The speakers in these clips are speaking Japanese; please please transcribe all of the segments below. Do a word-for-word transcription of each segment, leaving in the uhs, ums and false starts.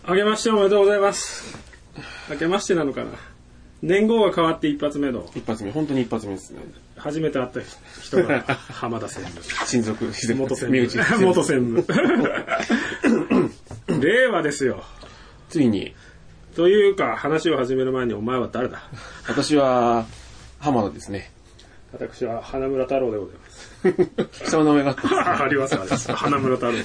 あけましておめでとうございます。あけましてなのかな。年号が変わって一発目の。 一発目、本当に一発目ですね。 初めて会った人が浜田専務。 親族、 元専務。元専務。令和ですよ。 ついに。 というか、話を始める前にお前は誰だ？ 私は、浜田ですね。 私は花村太郎でございます。 下の名前があります、あります。花村太郎。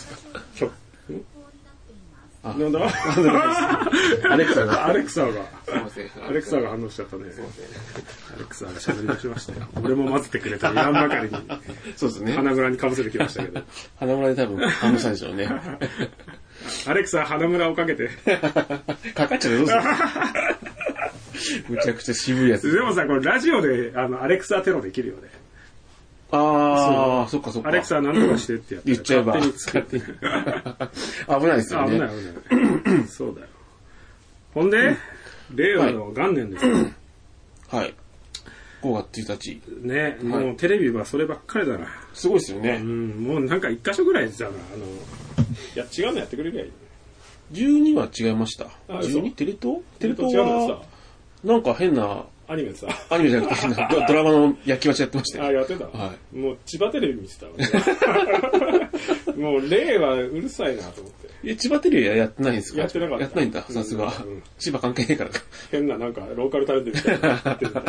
あ、なんだアレクサが。アレクサが。すいません。アレクサが反応しちゃったね。すいません。アレクサが喋り出しましたよ。俺も混ぜてくれたら、やんばかりに。 そうですね。 花村に被せてきましたけど。 花村で多分反応したんでしょうね。 アレクサ、花村をかけて。 かかっちゃうどうするむちゃくちゃ渋いやつ。 でもさ、これラジオで、あの、アレクサテロできるよね。 ああ、そっかそっか。 アレクサ何とかしてってやって言っちゃえば。 勝手に危ないですよね。 危ない危ない。そうだよ。ほんで、令和の元年ですよ。 はい。ごがつついたち。 ね、もうテレビはそればっかりだな。 すごいですよね。 うん、もうなんか一箇所ぐらいじゃな、あの、いや、違うのやってくれりゃいい。 じゅうには違いました。じゅうに? テレ東テレ東は、なんか変な、 アニメさ。 アニメじゃなくて変な、ドラマの焼き場所やってましたよ。 あ、やってた。 はい。 もう千葉テレビ見てたわ。もう令和うるさいなと思って。 え、千葉テレビはやってないんですか？ やってなかった。 やってないんだ、さすが。千葉関係ねえからか。 変ななんかローカルタレントみたいなのやってるから、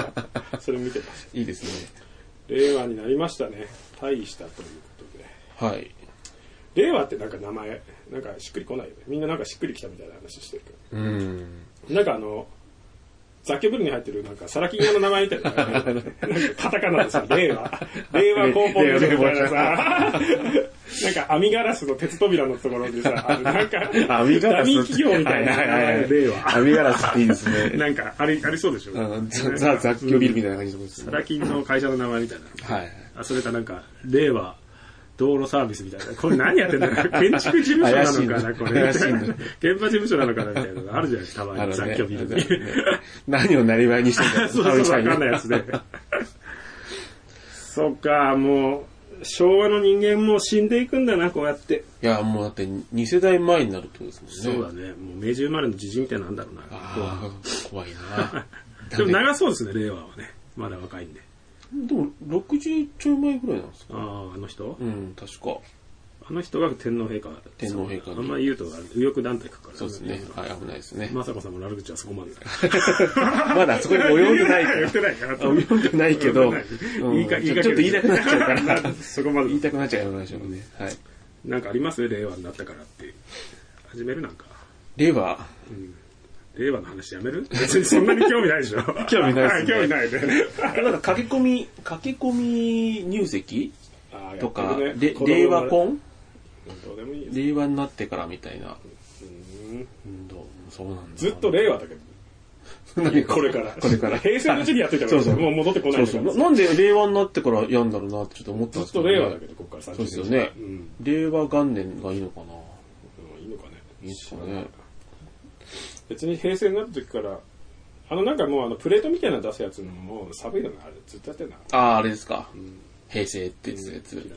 それ見てました。 いいですね。 令和になりましたね。大したということで。 はい。 令和ってなんか名前、なんかしっくりこないよね。みんななんかしっくりきたみたいな話してるけど。 うん。 なんかあの、雑居ビルに入ってるなんかサラ金屋の名前みたいな。なんかカタカナでさ、令和。令和コンポーネみたいなさ、なんか網ガラスの鉄扉のところでさ、あのなんか、 網ガラスダミー企業みたいな名前、令和。 網ガラスっていいですね。 なんかあり、ありそうでしょ。 ザ・雑居ビルみたいな感じのことですね。 サラ金の会社の名前みたいな。 はい。 あ、それかなんか、令和。道路サービスみたいな。これ何やってんだろう。建築事務所なのかな、これ。現場事務所なのかなみたいなのがあるじゃないですか、たまに。雑居ビルに。 何をなりわいにしてるか。 そうそう、わかんないやつで。そっか、もう、昭和の人間も死んでいくんだな、こうやって。 いや、もうだってに世代前になるってことですもんね。 そうだね。もう明治生まれの時事みたいなんだろうな。 ああ、怖いな。 でも長そうですね、令和はね。まだ若いんで。 でも、ろくじゅうちょい前ぐらいなんですか？ ああ、あの人？ うん、確か。 あの人が天皇陛下。 天皇陛下。 あんまり言うと、右翼団体かから。 そうですね。はい、危ないですね。 雅子さんも悪口はそこまで。 まだそこに及んでないから。 言ってないから。 及んでないけど、 言いか、言いかちょっと言いたくなっちゃうから。 そこまで。 言いたくなっちゃうでしょうね。はい。 なんかあります令和になったからって。始めるなんか。 令和令和の話やめる？別にそんなに興味ないでしょ。 興味ないですね。 興味ないね。 なんか駆け込み、駆け込み入籍とか、令和婚令和になってからみたいな。そうなんだ。 ずっと令和だけど。これから。 これから。 平成のうちにやってたから。もう戻ってこない。 そうそう。なんで令和になってからやんだろうなってちょっと思ったんですけど。 ずっと令和だけど、ここからそうですよね。令和元年がいいのかな。 いいのかね。 いいですかね。 別に平成になった時から、あのなんかもうあのプレートみたいなの出すやつのもう寒いのがあれずっとやってんな。 ああ、あれですか。平成って言ってたやつ。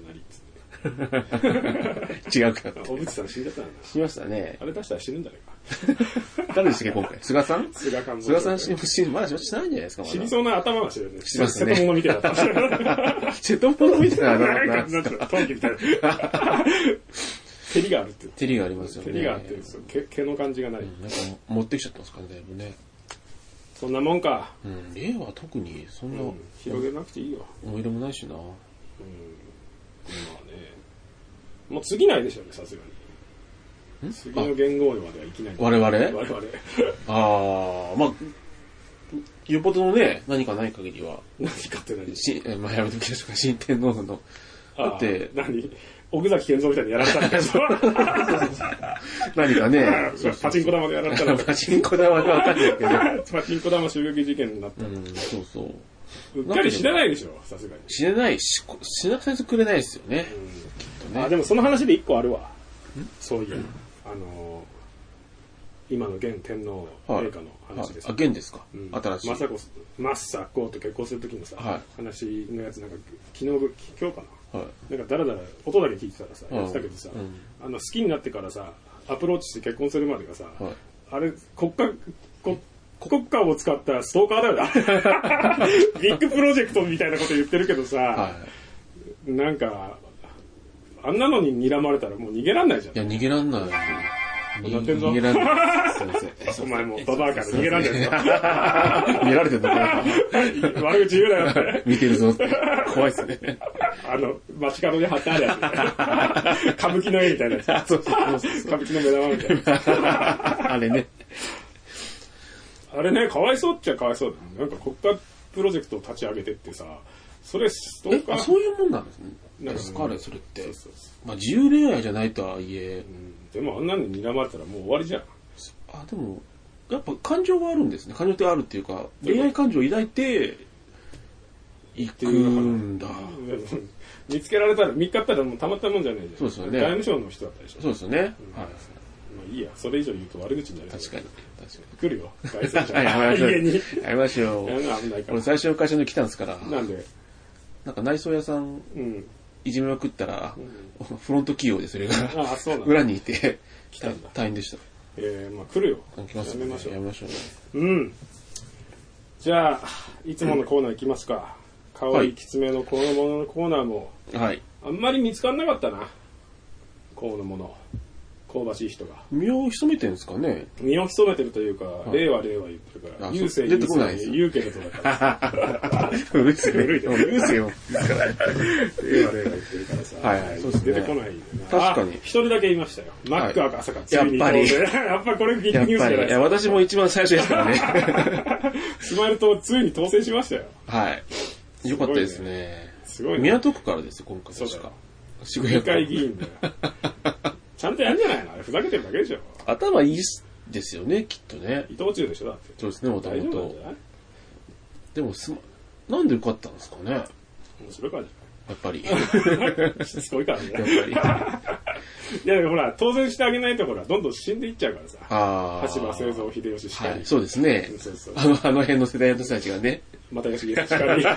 違うか。 小渕さん死んじゃったんだ。 死にましたね。 あれ出したら死ぬんじゃないか。 誰でしたっけ今回。菅さん？ 菅さん。 菅さん死に、まだ死ないんじゃないですか。 死にそうな頭はしてるね。 死にますね。 瀬戸物みたいな。 瀬戸物みたいな頭なんですか。トンキみたいな。照りがあるって。 照りがありますよね。 照りがあって、毛、毛の感じがない。 なんか持ってきちゃったんですかね、だいぶね。 そんなもんか。 うん、令和特にそんな、 広げなくていいよ。 思い入れもないしな。うん。まあね。もう次ないでしょうね、さすがに。次の元号までは生きない。 我々？ 我々。 ああ、まあ、よっぽどのね、何かない限りは。 何かって何？ し、まあ、やめときましょうか、新天皇の。だって、 何？奥崎健三みたいにやられたんだけど。 何かね、 パチンコ玉でやられたら。 パチンコ玉でわかんないけど。 パチンコ玉襲撃事件になった。 うん、そうそう。 うっかり死ねないでしょ、さすがに。 死ねない、し、死なせてくれないですよね。 うん、ねあ、でもその話で一個あるわ。そういう、うん、あのー、今の現天皇陛下の話です、 はいはい、あ、現ですか、うん、新しい。 政子、政子と結婚するときのさ、はい、話のやつなんか、昨日、今日かな。はい、なんかだらだら音だけ聞いてたらさ、やってたけどさ、うん、あの好きになってからさ、 アプローチして結婚するまでがさ、 はい、 あれ国家国国家を使ったストーカーだよな。ビッグプロジェクトみたいなこと言ってるけどさ、はい、なんかあんなのに睨まれたらもう逃げらんないじゃん。 いや逃げらんない。 逃げらんない。すいません。お前もうババアから逃げらんないぞ。 逃げられてんのかな。悪口言うなよって。 見てるぞって。怖いっすね。 あの、街角に貼ってあるやつ、ね。歌舞伎の絵みたいなやつ。そうそうそう。歌舞伎の目玉みたいな。 あれね。 あれね、かわいそうっちゃかわいそうだよ。なんか国家プロジェクトを立ち上げてってさ、それストーカー。 そういうもんなんですね。なんですかね、それって。そうそうそう。まあ自由恋愛じゃないとはいえ、うん。 でもあんなのに睨まれたらもう終わりじゃん。 あ、でも、やっぱ感情があるんですね。感情ってあるっていうか、恋愛感情を抱いて、行くんだ。 見つけられたら、見っかったらもうたまったもんじゃないじゃん。 そうですよね。 外務省の人だったでしょ。 そうですよね。うん、はい。 まあいいや、それ以上言うと悪口になる。 確かに。確かに。 来るよ。外務省。 はい、 家に。 やりましょう。 危ないから。 俺最初の会社に来たんですから。 なんでなんか内装屋さん、うん、いじめまくったら、うん、フロント企業でそれが、 ああそうなん裏にいて、 来たんだ。 大変でした。 えー、まあ来るよ。 来ますね。やめましょう。やめましょう。うん。じゃあ、いつものコーナー行きますか。かわいいきつめのこのもののコーナーも、 はい。 あんまり見つからなかったな。このもの。香ばしい人が。 身を潜めてるんですかね。 身を潜めてるというか、はい、令和令和言ってるから、優勢優勢言うけれどだから。 古いっすよ。古いよ。優勢よ。 令和令和言ってるからさ。 はいはい。そうですね。 出てこない。 確かに。 一人だけ言いましたよ。マック赤坂、 ついに。やっぱり。 やっぱこれビッグニュースじゃないですか。 いや、私も一番最初ですからね。 スマイルとついに当選しましたよ。 はい。よかったですね。 すごいね。 港区からですよ、今回確か。 渋谷区会議員だよ。ちゃんとやんじゃないのあれふざけてるだけでしょ。 頭いいですよね、きっとね。 伊藤忠でしょだって。 そうですね、もともと。でもすま、なんで受かったんですかね。面白いからじゃやっぱり。 しつこいからね。 やっぱり。 いや、でもほら、当選してあげないとほら、どんどん死んでいっちゃうからさ。 あ橋場製造秀吉しかり、 はい。そうですね。そうそうあの、あの辺の世代の人たちがね。 又吉しかり。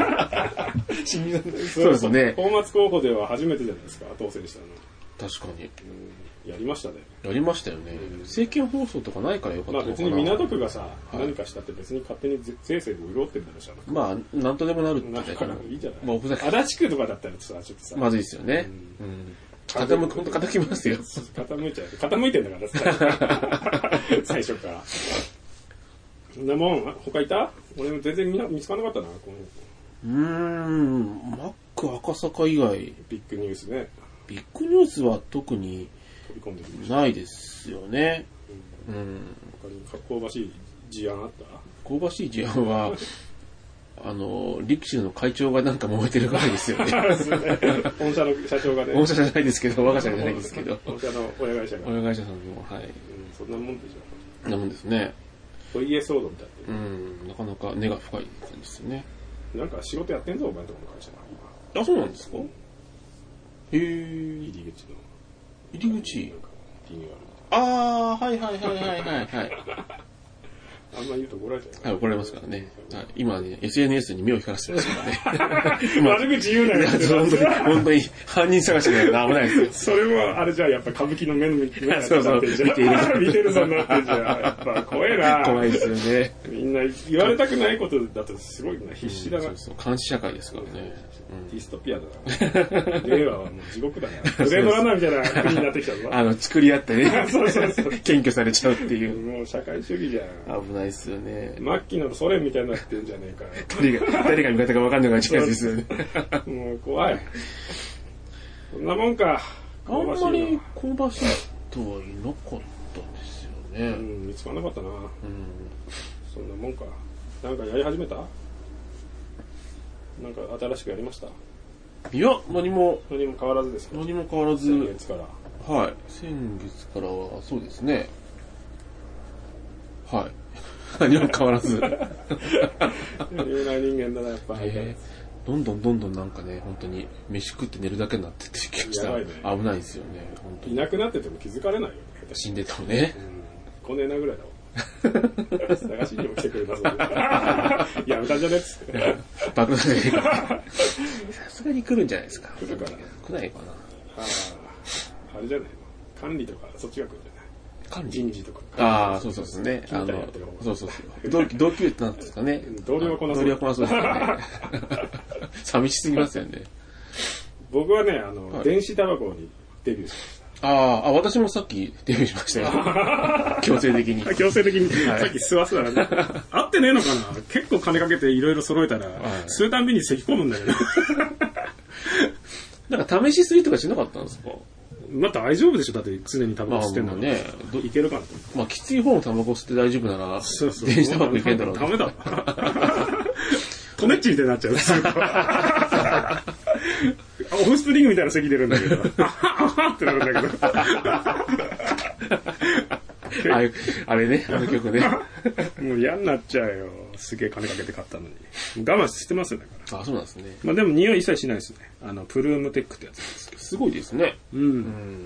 そうですね。 泡沫候補では初めてじゃないですか、当選したの。 確かに、 うん。やりましたね。 やりましたよね。うん、政見放送とかないからよかったのかな。 まあ別に港区がさ、はい、何かしたって別に勝手に税制で潤ってるんだろうし。 まあ、なんとでもなるってだからいいじゃない。 もう足立区とかだったらさ、ちょっとさ。 まずいですよね。うん。うん、傾く、ほんと傾きますよ。 傾いちゃう。傾いてんだからさ、最初から。そんなもん、他いた？俺も全然見つからなかったな、この。うーん、マック赤坂以外。 ビッグニュースね。 ビッグニュースは特にないですよね。 うん。うん、他に香ばしい事案あった？ 香ばしい事案は、あの、リクシルの会長がなんか揉めてるぐらいですよね。 本社の社長がね。 本社じゃないですけど、我が社じゃないですけど。 本社の親会社が。 親会社さんも、はい。うん、 そんなもんでしょ。 そんなもんですね。 お家騒動みたいな。うん、なかなか根が深い感じですよね。 なんか仕事やってんぞ、お前のとこの会社が。あ、そうなんですか？へえ。 入り口の。 入り口？ リニューアル。ああ、はいはいはいはいはいはい。 あんま言うと怒られちゃう。 はい、怒られますからね。はい、今ね、エスエヌエス に目を光らせてますからね。 悪口言うなよ。 本当に、本当に、犯人探しが危ないですよ。 それも、あれじゃあ、やっぱ歌舞伎の目の目がそうそう、見ている。 見てるぞになってんじゃん。やっぱ怖いな。 怖いですよね。 みんな言われたくないことだとすごいな、必死だな。 そうそう、監視社会ですからね。 ディストピアだな。令和はもう地獄だな。ブレードランナーみたいな国になってきたぞ。 あの、作り合ってね。 そうそうそう。 検挙されちゃうっていう。 もう社会主義じゃん。 危ないっすよね。 末期のソ連みたいになってんじゃねえか。 誰が、誰が味方か分かんなくなっちゃうやつですよね。 もう怖い。そんなもんか。 あんまり香ばしい人はいなかったんですよね。 うん、見つからなかったな。うん。そんなもんか。なんかやり始めた？なんか新しくやりました？ いや、何も。 何も変わらずですか？ 何も変わらず。 先月から。 はい。先月からは、そうですね。はい。何も変わらず。 言えない人間だな、やっぱ。 えー、どんどんどんどんなんかね、本当に飯食って寝るだけになってって気がしたら、ね、危ないですよね。本当にいなくなってても気づかれないよね。 死んでてもね。 うん、こねえなぐらいだわ。探しにも来てくれたぞ。いや、歌じゃねっつって。 爆弾で。さすがに来るんじゃないですか。 来るかな。 来ないかな。 はあ、あれじゃないの。 管理とか、そっちが来るんじゃない管理人事とか。 ああ、そうそうですね。あの、そうそうそう。同同級なんですかね。 同僚はこなそう。 同僚はこなそうですよね。寂しすぎますよね。 僕はね、あの、はい、電子タバコにデビューしました。 ああ、私もさっきデビューしましたよ。強制的に。 強制的に。はい、さっき吸わすからね。合ってねえのかな結構金かけていろいろ揃えたら、はい、吸うたんびに咳込むんだよね。 なんか試し吸いとかしなかったんですか？ まあ大丈夫でしょだって常にタバコ吸ってんのね。いけるかなと。 まあきつい方のタバコ吸って大丈夫なら、 そうそう電子タバコいけんだろう。 ダメだ。トネッチみたいになっちゃう。オフスプリングみたいな咳出るんだけど。あはってなるんだけど。 あれ、あれね、あの曲ね。 もう嫌になっちゃうよ。すげえ金かけて買ったのに。我慢してますよだから。 あ、そうなんですね。 まあでも匂い一切しないですね。あの、プルームテックってやつですけど。 すごいですね。 うん。うん、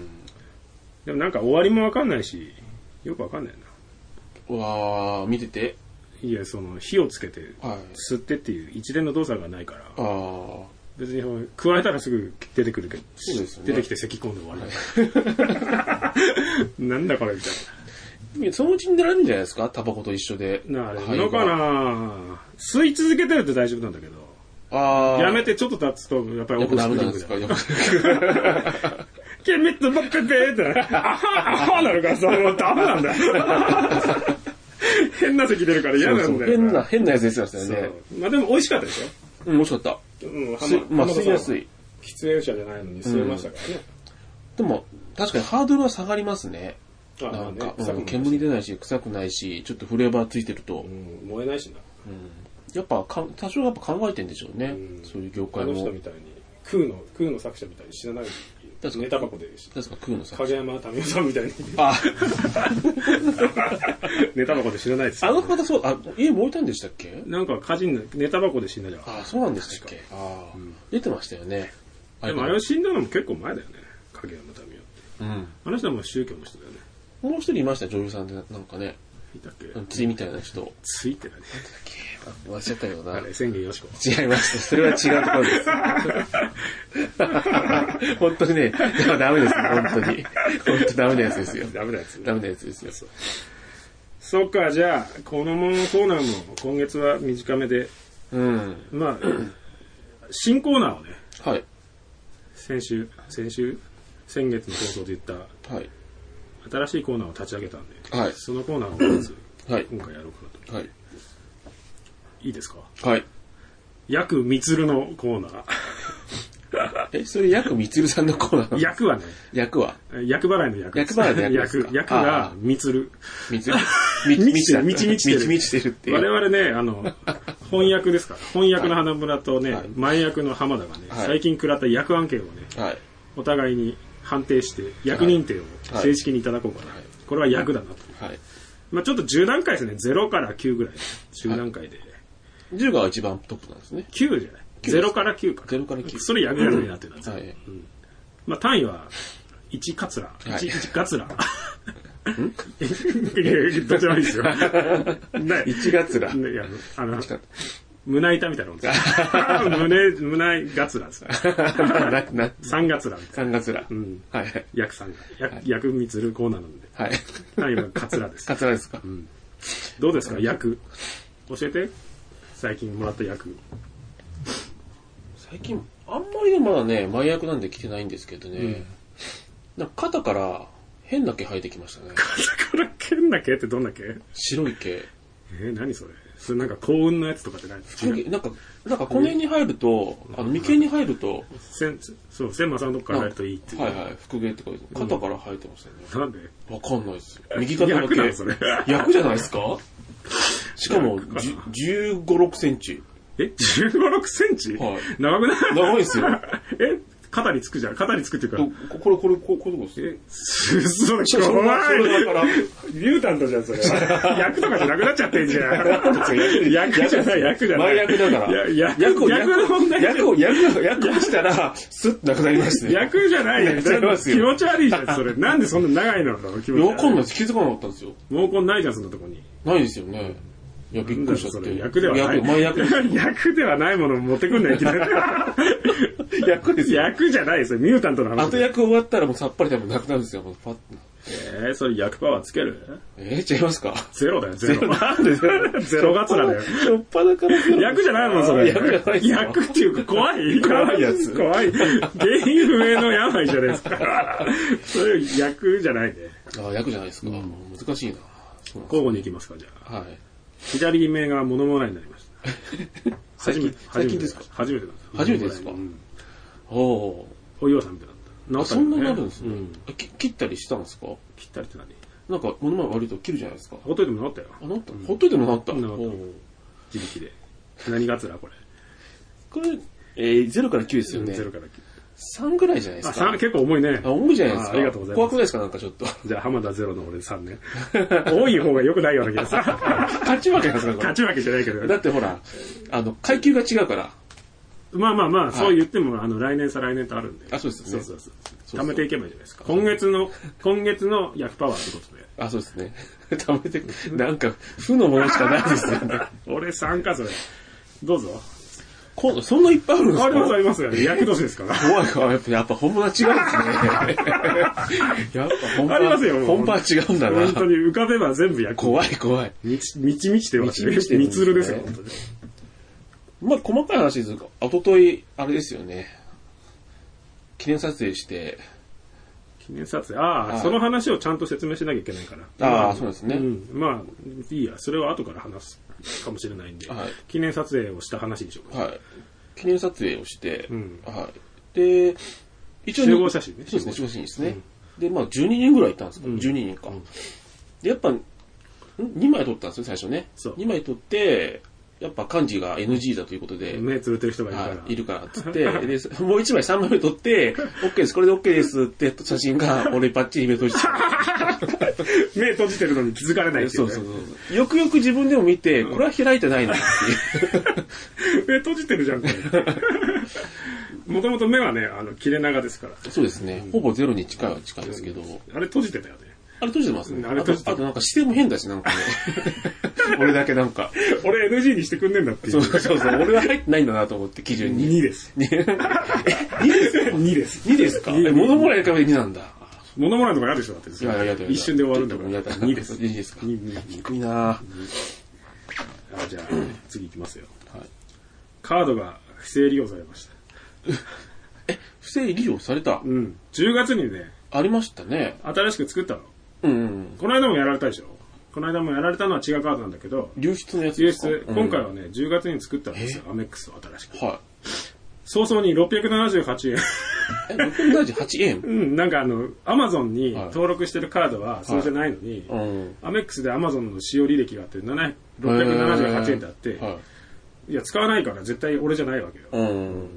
でもなんか終わりもわかんないし、よくわかんないな。うわー、見てて。 いや、その、火をつけて、吸ってっていう一連の動作がないから。 あ別に、加えたらすぐ出てくるけど、 そうですね、 出てきて咳込んで終わり。なんだこれみたいな。そのうちに出られるんじゃないですかタバコと一緒で。 なるのかな吸い続けてると大丈夫なんだけど。 あやめてちょっと経つと、やっぱりオフスプリングだ。 やっぱダメなんですかケミットバッペペーって、あはあはなるからさ、もうダメなんだよ。変な咳出るから嫌なんだよ。そうそう変な、変なやつですよね。 まあでも美味しかったでしょうん、美味しかった。うん、まあ吸いやすい。 喫煙者じゃないのに吸えましたからね。 でも、確かにハードルは下がりますね。 あなんか、ね、うん、煙出ないし、臭くないし、ちょっとフレーバーついてると。 うん、燃えないしな。 うん、やっぱか、多少やっぱ考えてんでしょうね。うん、そういう業界も。 あの人みたいに、空の、空の作者みたいに知らない。ネタ箱で。 確か空の作者。 影山民生さんみたいに。 あネタ箱で知らないですよ、ね。あの方そう、あ、家燃えたんでしたっけ？ なんか火事に、ネタ箱で死んだじゃん。 あ、そうなんでしたっけ？ああ、うん、出てましたよね。 でもあれは死んだのも結構前だよね。影山民生って。 うん。 あの人はもう宗教の人だよね。 もう一人いました女優さんで、なんかね。 いたっけ？ 釣りみたいな人。 釣りって何？ 忘れちゃったよな。 あれ、千言よしこ。 違います。それは違うところです。本当にね、ダメです、本当に。本当ダメなやつですよ。 ダメなやつ、ね。 ダメなやつですよ。 そう。そっか、じゃあ、このものコーナーも今月は短めで。 うん。 まあ、新コーナーをね。 はい。 先週、先週、先月の放送で言った。 はい。 新しいコーナーを立ち上げたんで。 はい。 そのコーナーをまず、 はい。 今回やろうかなと。 はい。 いいですか？ はい。 ヤクミツルのコーナー。 え、それヤクミツルさんのコーナーなんですか？ 役はね。 役は役払いの役。 役払いの役ですか？ 役、役がミツル。 ミツル。 満ちてる。満ち満ちてる。 満ち満ちてるっていう。 我々ね、あの、翻訳ですから。翻訳の花村とね、はい、前役の浜田がね、はい、最近食らった役案件をね、はい、お互いに判定して、役認定を正式にいただこうかな。はい、これは役だなと。はい、まあちょっとじゅう段階ですね。ゼロからきゅうぐらい。じゅう段階で。はい、 じゅうが一番トップなんですね。 きゅうじゃない。ゼロからきゅうか。 ゼロからきゅう。 それ役柄になってたんですよ。 はいうん、 まあ単位は、いちカツラ。いち、いちガツラ。 んどちらもいいですよ。 いちガツラ。 いや、あの、胸板みたいなもんです。胸、胸ガツラです。さんガツラ。 さんガツラ。 うん。 はい。 役さんが。役みつるコーナーなんで。 はい。 単位はカツラです。 カツラですか。 うん。どうですか役。教えて。最近もらった役。 最近、あんまりまだね、前役なんで来てないんですけどね。うん、なんか肩から変な毛生えてきましたね。 肩から変な毛ってどんな毛？ 白い毛。 えー、何それ？それなんか幸運のやつとかってないですか？ なんか、なんかこの辺に入ると、あの眉間に入ると、 千、そう、千馬さんのとこから入るといいっていう。 はいはい、福毛って書いて肩から生えてましたね。 なんで？ わかんないですよ。右肩の毛。 役それ。 役じゃないですか？しかも、じゅうご、ろくセンチ。 え ?じゅうご、ろくセンチ？ はい。 長くない？ 長いですよ。 え肩につくじゃん。肩につくっていうか。 これ、これ、これ、これどこですえすごい、怖い。ミュータントじゃん、それ。役とかじゃなくなっちゃってんじゃん。役じゃない、役じゃない。 前役だから。役を、役の問題。役を、役を、役をしたら、スッとなくなりますね。 役じゃないよ。気持ち悪いじゃん、それ。なんでそんな長いのか、気持ち悪い。 わかんないです。気づかなかったんですよ。 毛根ないじゃん、そんなとこに。 ないですよね。いや、びっくりしちゃって。 役ではない。 役、前役。 役ではないものを持ってくんない、いきなり。 役ですよ。 役じゃないですよ。ミュータントの話。 後役終わったらもうさっぱり多分なくなるんですよ。もうパッと。 えー、それ役パワーつける？ えー、違いますか？ ゼロだよ、ゼロ。 なんでゼロ？ ゼロガツラだよ。 しょっぱだからゼロ。 役じゃないもん、それ。 役じゃないですか。 役っていうか怖い怖いやつ。 怖い。原因不明の病じゃないですか。それ役じゃないね。 ああ、役じゃないですか。うん、難しいな。 交互に行きますか、じゃあ。 はい。 左目が物もらいになりました。 最近、最近ですか？ 初めてなんです。 初めてですか？うん、 おお。お岩さんみたいな。 あ、そんなになるんですね。うん、切ったりしたんですか？ 切ったりって何？ なんか、物ま悪いと切るじゃないですか。 ほっといても治ったよ。 あ、治った、うん、ほっといても治った。 治った。自力で。何ガツラこれ。 これ、えー、ゼロからきゅうですよね。 ゼロからきゅう。 さんぐらいじゃないですか。 あ、さん結構重いね。 あ、重いじゃないですか。 ありがとうございます。 怖くないですかなんかちょっと。 じゃあ、浜田ゼロの俺さんね。多い方が良くないような気がさ。 勝ち負けですか勝ち負けじゃないけど。 だってほら、あの、階級が違うから。 まあまあまあ、そう言っても、あの、来年再来年とあるんで。 あ、そうですね。 そうそうそう。貯めていけばいいじゃないですか。今月の、今月の役パワーってことで。 あ、そうですね。貯めて、なんか、負のものしかないですよね。 俺さんか、それ。どうぞ。 今度、そんないっぱいあるんですか？ ありますありますよね。役年ですから。 怖い怖い。やっぱ、やっぱ本場は違うんですね。やっぱ本場。 ありますよ。 本場は違うんだな。 本当に浮かべば全部役。 怖い怖い。 みち、みちみちって言われてる。みちみちるですよ、本当に。 まあ、細かい話ですが、おととい、あれですよね。記念撮影して、 記念撮影、ああ、その話をちゃんと説明しなきゃいけないから。 ああ、そうですね。 うん。まあ、いいや。それは後から話すかもしれないんで。はい、記念撮影をした話でしょうか。 はい。記念撮影をして、 うん、 はい。で、 一応集合写真ね。 そうですね、集合写真ですね。うん、で、まあ、じゅうににんぐらいいたんですか、うん、じゅうににんか。うん、で、やっぱ、にまい撮ったんですよ、最初ね。そう。にまい撮って、やっぱ漢字が エヌジー だということで。 目つぶってる人がいるから。 はい、いるから、つって、で、もういちまいさんまいめ撮って、OK です、これで OK ですって写真が、俺バッチリ目閉じてる。 目閉じてるのに気づかれないっていう、ね。 そうそうそう。よくよく自分でも見て、これは開いてないなっていう。 目閉じてるじゃん、これ。もともと目はね、あの、切れ長ですから。 そうですね。うん、ほぼゼロに近いは近いですけど。 あれ閉じてたよね。 あれ閉じてますね。 あれ閉じてあとなんか姿勢も変だし、なんかね。俺だけなんか。 俺 エヌジー にしてくんねえんだっていう。 そうそうそう。俺は入ってないんだなと思って、基準に。 にです。 え、にですか ?に です。にですかえ、物もらいのためにになんだ。 物もらいのとか嫌でしょだって。 いやいやいや。 一瞬で終わるんだから。 やだ。 にです。 にですか。 に、 低いなぁ。 じゃあ、次行きますよ。はい。カードが不正利用されました。 え、不正利用された？ うん。じゅうがつにね。 ありましたね。 新しく作ったの。 うんうん。 この間もやられたでしょ。この間もやられたのは違うカードなんだけど。 流出のやつですか？ 流出。今回はね、じゅうがつに作ったんですよ。アメックスを新しく。 はい。 早々にろっぴゃくななじゅうはちえん。 え、ろっぴゃくななじゅうはちえん？ うん、なんかあの、アマゾンに登録してるカードはそれじゃないのに、はい、うん、アメックスでアマゾンの使用履歴があって、ろっぴゃくななじゅうはちえんってあって、はい、いや、使わないから絶対俺じゃないわけよ。うん、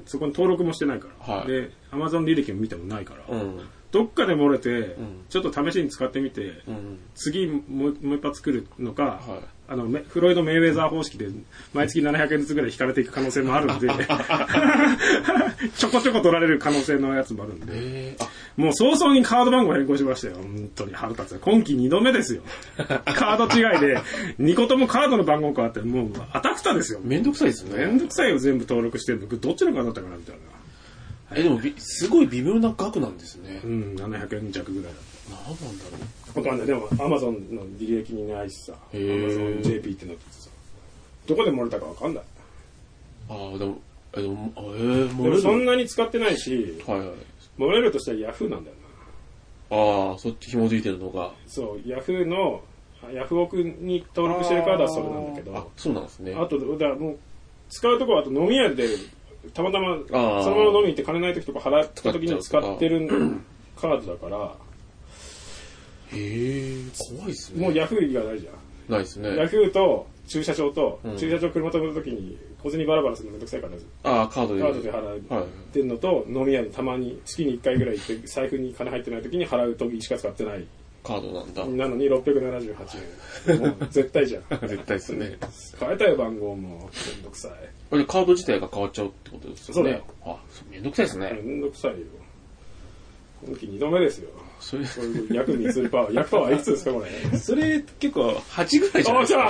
そこに登録もしてないから。はい、で、アマゾン履歴も見てもないから。うん、どっかで漏れて、うん、ちょっと試しに使ってみて、うん、次もうもう一発作るのか、はい、あのフロイド・メイウェザー方式で毎月ななひゃくえんずつぐらい引かれていく可能性もあるんでちょこちょこ取られる可能性のやつもあるんで、もう早々にカード番号変更しましたよ。本当に腹立つ。今季にどめですよ。カード違いでにこともカードの番号変わってもうあたふたですよ。 めんどくさいですね。 めんどくさいよ。全部登録してるのどっちのカードだったかなみたいな。 え、でもすごい微妙な額なんですね。 うん、ななひゃくえん弱ぐらいだった。 何なんだろう。 わかんない。でも、アマゾンの履歴にないしさ、アマゾン ジェーピー ってなっててさ、どこで漏れたかわかんない。 ああ、でも、え、でも、えー、 漏れる。でもそんなに使ってないし、 はいはい。 漏れるとしたらヤフーなんだよな。ああ、そっち紐づいてるのが。 そう、ヤフーの、ヤフオクに登録してるカードはそれなんだけど、 あ、そうなんですね。 あと、だからもう、使うとこはあと飲み屋で、たまたまそのまま飲みに行って金ない時とか払った時に使ってるカードだから。 へえ、怖いっすね。 もうヤフー以外ないじゃん。 ないっすね。 ヤフーと駐車場と、うん、駐車場車止める時に小銭バラバラするのめんどくさいから、 ああ、カードで。 カードで払ってるのと、はい、飲み屋にたまに月にいっかいぐらい行って財布に金入ってない時に払う時しか使ってない。 カードなんだ。 なのにろっぴゃくななじゅうはちえん。もう絶対じゃん。 絶対っすね。 変えたい番号もめんどくさい。 これカード自体が変わっちゃうってことですよね。 そうだよ。 あ、めんどくさいですね。 めんどくさいよ。今季にどめですよ。それ、そういう役にするパワー。役パワーいくつですかこれ。 それ結構はちぐらいじゃないですか。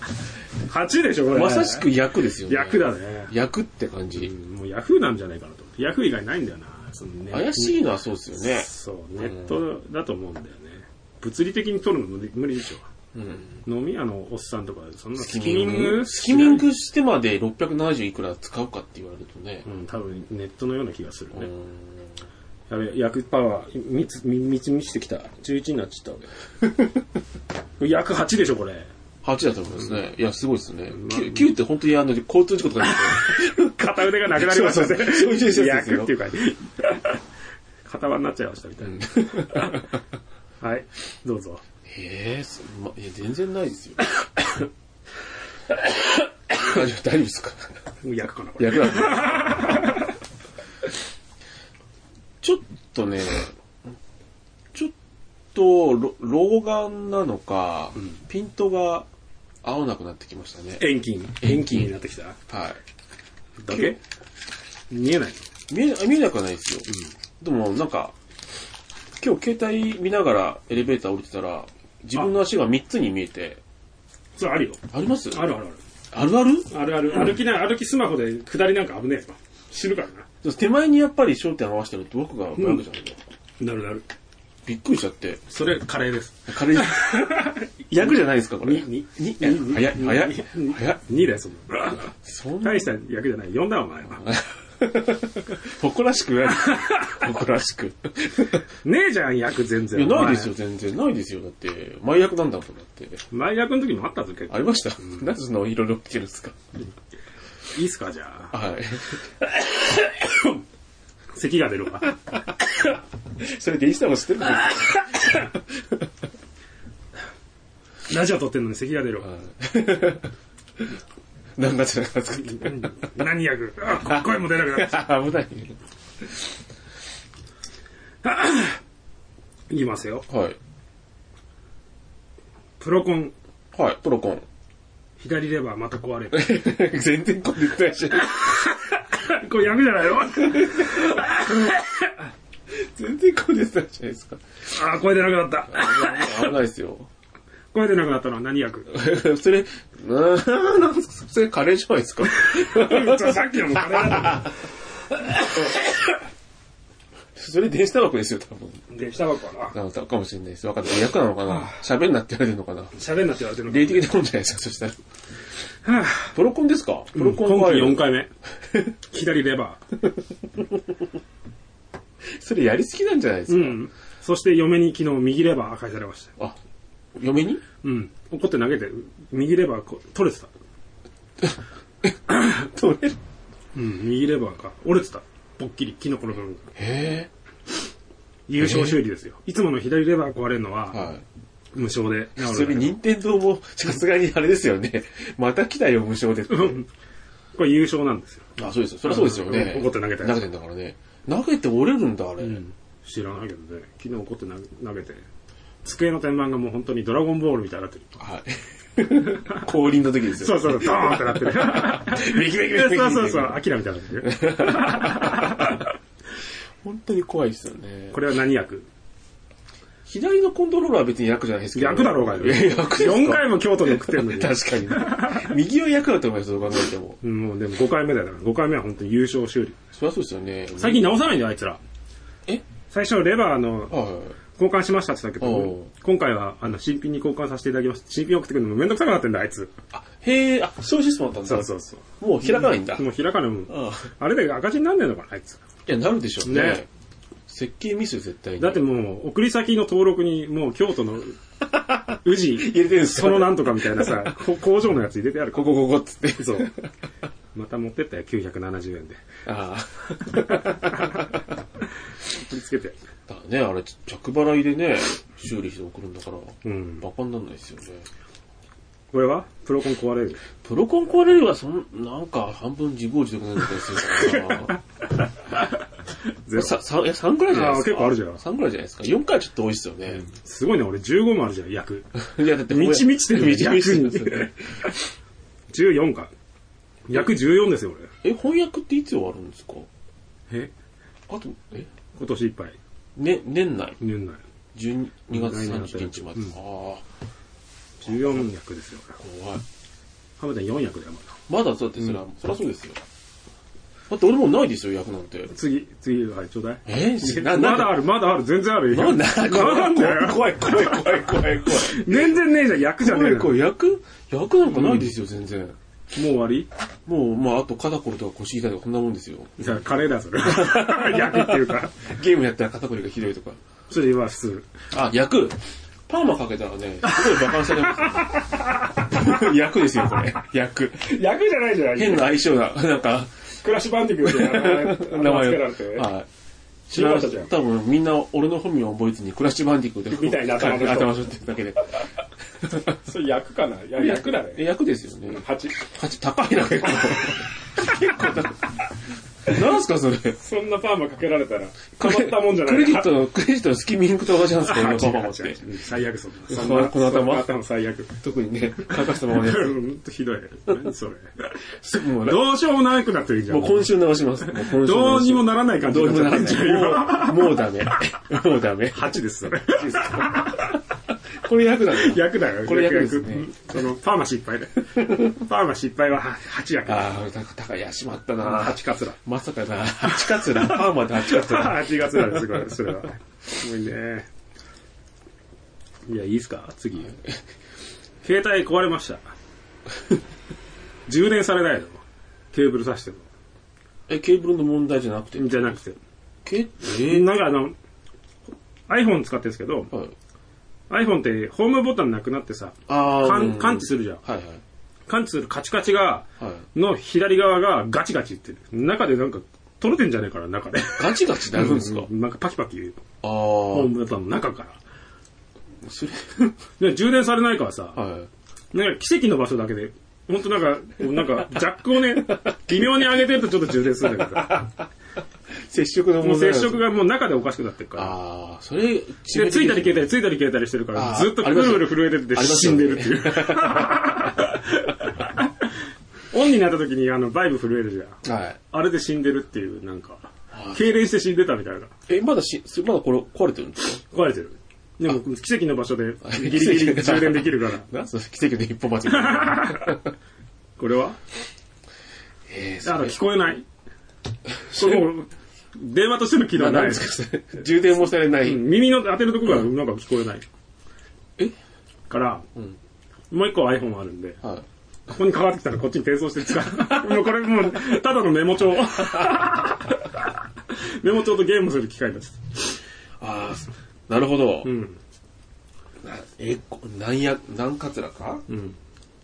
はちでしょこれ。 まさしく役ですよね。 役だね。 役って感じ。 うん、もうヤフーなんじゃないかなと。 ヤフー以外ないんだよな。そのね、 怪しいのはそうですよね。 そう、ネットだと思うんだよね。物理的に取るの無理でしょ。うん、飲み屋のおっさんとか、そんなスキミングスキミングしてまでろっぴゃくななじゅういくら使うかって言われるとね。 うん、多分ネットのような気がするね。やべ、薬パワー、みつ、み、みつみしてきた。じゅういちになっちゃったわけ。薬はちでしょ、これ。 はちだと思いますね。うん、いや、すごいですね。ま、きゅう, きゅうって本当にあの、交通事故とかに片腕がなくなりましたね。そうそうそういう薬っていうか、片輪になっちゃいましたみたいな。うん、はい、どうぞ。 えー、ま、いや全然ないですよ。大丈夫、大丈夫ですか？ 役かな、これ。 役だ。ちょっとね、ちょっと老眼なのか、うん、ピントが合わなくなってきましたね。 遠近。遠近になってきた。 はい。 だけ見えないの？ 見え、見えなくはないですよ。うん、でもなんか、今日携帯見ながらエレベーター降りてたら、自分の足がみっつに見えて。 それあるよ。 あります？ あるあるある。 あるある？ あるある。歩きな、歩きスマホで下りなんか危ねえよ。死ぬからな。 手前にやっぱり焦点合わせてると僕がブラックじゃないの、 うん、なるなる。 びっくりしちゃって。 それ、カレーです。 カレー。役じゃないですか、これ。 に、に、に、早い、早い、早い。 にだよ、その。 そんな。 大した役じゃない。よんだお前は。 誇らしくない。誇らしく。 ねえじゃん、役全然。 いや、ないですよ、全然。ないですよ。だって、前役なんだもん、だって。 前役の時もあったぞ、結構。 ありました。うん、なぜそのいろいろ来てるんですか。 いいっすか、じゃあ。 はい。 咳が出るわ。 それ、電子タバコ知ってるんですか？ ラジオ撮ってんのに咳が出るわ。 何月何月何役あ、声も出なくなった。 危ない。 言いますよ。 はい。 プロコン。 はい、プロコン。 左レバーまた壊れる。 全然これ言ってないし。 これ役じゃないの？ 全然声出てないじゃないですか。 ああ、声出なくなった。 危ないですよ。 声出なくなったのは何役？ それ、なーそれカレーじゃないですか。 さっきのもカレーだった。 それ電子タバコですよ、多分。 電子タバコかな。 なかもしれないです。分かんない。役なのかな。喋んなって言われてるのかな。 喋んなって言われてるのかな。 霊的なもんじゃないですか、そしたら。はぁ、プロコンですか？プロコン今季よんかいめ。左レバー。 それやりすぎなんじゃないですか。うん。 そして嫁に昨日右レバー返されました。 あ、嫁に？ うん。怒って投げて、右レバー取れてた。 取れる？ うん、右レバーか。折れてた。ぽっきり、キノコの部分が。 へぇ。 優勝修理ですよ。いつもの左レバー壊れるのは、はい、無償で。 それ、任天堂も、さすがにあれですよね。また来たよ、無償でって。 これ優勝なんですよ。 あ、そうですよ。そりゃそうですよね。 怒って投げて。 投げてんだからね。投げて折れるんだ、あれ。うん、 知らないけどね。昨日怒って投げて。机の天板がもう本当にドラゴンボールみたいになってる。 はい。降臨の時ですよ。 そうそう、ドーンってなってる。 メキメキメキメキ。 そうそうそう、アキラみたいになってる。 本当に怖いですよね。 これは何役？ 左のコントローラーは別に役じゃないですけど。 役だろうがよ。役ですか？よんかいも京都で送ってるのに。 確かに。右は役だと思います、そう考えても。 もうでもごかいめだよ。ごかいめは本当に優勝修理。 そりゃそうですよね。 最近直さないんだよ、あいつら。 え？ 最初レバーの、交換しましたって言ったけど、今回はあの新品に交換させていただきます。新品送ってくるのもめんどくさくなってんだ、あいつ。 あ、へえ、あ、そういうシステムだったんだ。 そうそうそう。 もう開かないんだ。 もう開かないもん。あれで赤字になんねえのかな、あいつ。 いや、なるでしょうね。設計ミス絶対に。 だってもう、送り先の登録にもう京都の宇治、 入れてるんですそのなんとかみたいなさ、工場のやつ入れてある。 ここここっつって。 そう。また持ってったよ、きゅうひゃくななじゅうえんで。ああ。送りつけて。 だね、あれ、着払いでね、修理して送るんだから、うん、バカにならないですよね。 これはプロコン壊れる？ プロコン壊れるは、そん、なんか半分自業自得なんだったりするからさ、さ、いや、さんぐらいじゃないですか。 結構あるじゃん。 さんぐらいじゃないですか。よんかいちょっと多いですよね。うん、 すごいね、俺じゅうごもあるじゃん、役。 いや、だって、 満ち満ちてる満ち満ちてるんですよね。じゅうよんか。役じゅうよんですよ、 俺。え、翻訳っていつ終わるんですか？ えあと、え今年いっぱい。 ね、年内。 年内。 じゅうにがつさんじゅうにちまで。うん、ああ。 じゅうよん役ですよ。 怖い。 ハムちゃんよん役だよ、 まだ。まだそうやって、それは、うん、そりゃそうですよ。 だって俺もうないですよ、役なんて。 次、次、はい、ちょうだい。 えー、 なまだある、まだある、全然ある。 なんだなんだよ。 怖い、怖い、怖い、怖い、怖い。 全然ねえじゃん、役じゃねえよ。 怖い、役役なんかないですよ、全然。 もう終わり？ もう、まあ、あと肩こりとか腰痛いとかこんなもんですよ。 じゃあ、カレーだ、それ。役っていうか。 ゲームやったら肩こりがひどいとか。 それは普通。 あ、役パーマかけたらね、すごい馬鹿にされますよ、ね。役ですよ、これ。役。 役じゃないじゃん。 変な相性だ。なんか。 クラッシュバンディクーって名前つけられて。 はい。知らなかったじゃん。多分みんな俺の本名を覚えずにクラッシュバンディクーで。 みたいな頭の人。 頭の人ってだけで。 それ役かな？いや、役だね。 役ですよね。 はち。 はち、高いな、結構。結構高い。なんすか、それ。 そんなパーマかけられたら、変わったもんじゃない。 クレジットの、クレジットのスキミングと同じなんですか、今パーマって。 最悪そんな。 そんなこの頭頭最悪。 特にね、かかしたままね。 ほんとひどい。何それ。どうしようもなくなってるじゃん。 もう今週直します。 どうにもならない感じになっちゃう。もうダメ。もうダメ。 はちです、それ。 これ役だね。 役だよ。 これ役ですね。 その、パーマ失敗で。パーマ失敗ははち役。 ああ、高い、やしまったな。 はちカツラ。 まさかな。はちカツラ。パーマではちカツラ。 はちカツラです、これ、それは。すごいね。いや、いいっすか次。携帯壊れました。充電されないの。ケーブル挿しても。 え、ケーブルの問題じゃなくてじゃなくて。 けえー、 なんかあの、iPhone 使ってるんですけど、はい、iPhone ってホームボタンなくなってさ、感知するじゃん。はいはい、感知するカチカチが、の左側がガチガチって。中でなんか取れてんじゃねえから、中で。 ガチガチなるんですか、 うん、なんかパキパキ言う。 あホームボタンの中から。それ充電されないからさ、はい、なんか奇跡の場所だけで、ほんとなんか、なんか、ジャックをね、微妙に上げてるとちょっと充電するんだけど。 接触の問題。 接触がもう中でおかしくなってるから。 ああ、それ、 で、ついたり消えたり、ついたり消えたりしてるから、ずっとくるくる震えてて死んでるっていう。オンになった時にあの、バイブ震えるじゃん。はい。あれで死んでるっていう、なんか、痙攣して死んでたみたいな。 え、まだし、まだこれ壊れてるんですか？ 壊れてる。でも、奇跡の場所でギリギリ充電できるから。 なんすか奇跡の一歩間違え。 これはえー、だから聞こえない。これもう、電話としての機能ない。 充電もされない。 耳の当てるところがなんか聞こえない。 えから、もう一個 iPhone あるんで、ここにかかってきたらこっちに転送して使う。もうこれもう、ただのメモ帳。メモ帳とゲームする機械です。 ああ、なるほど。うん。え、何や、何カツラか？うん。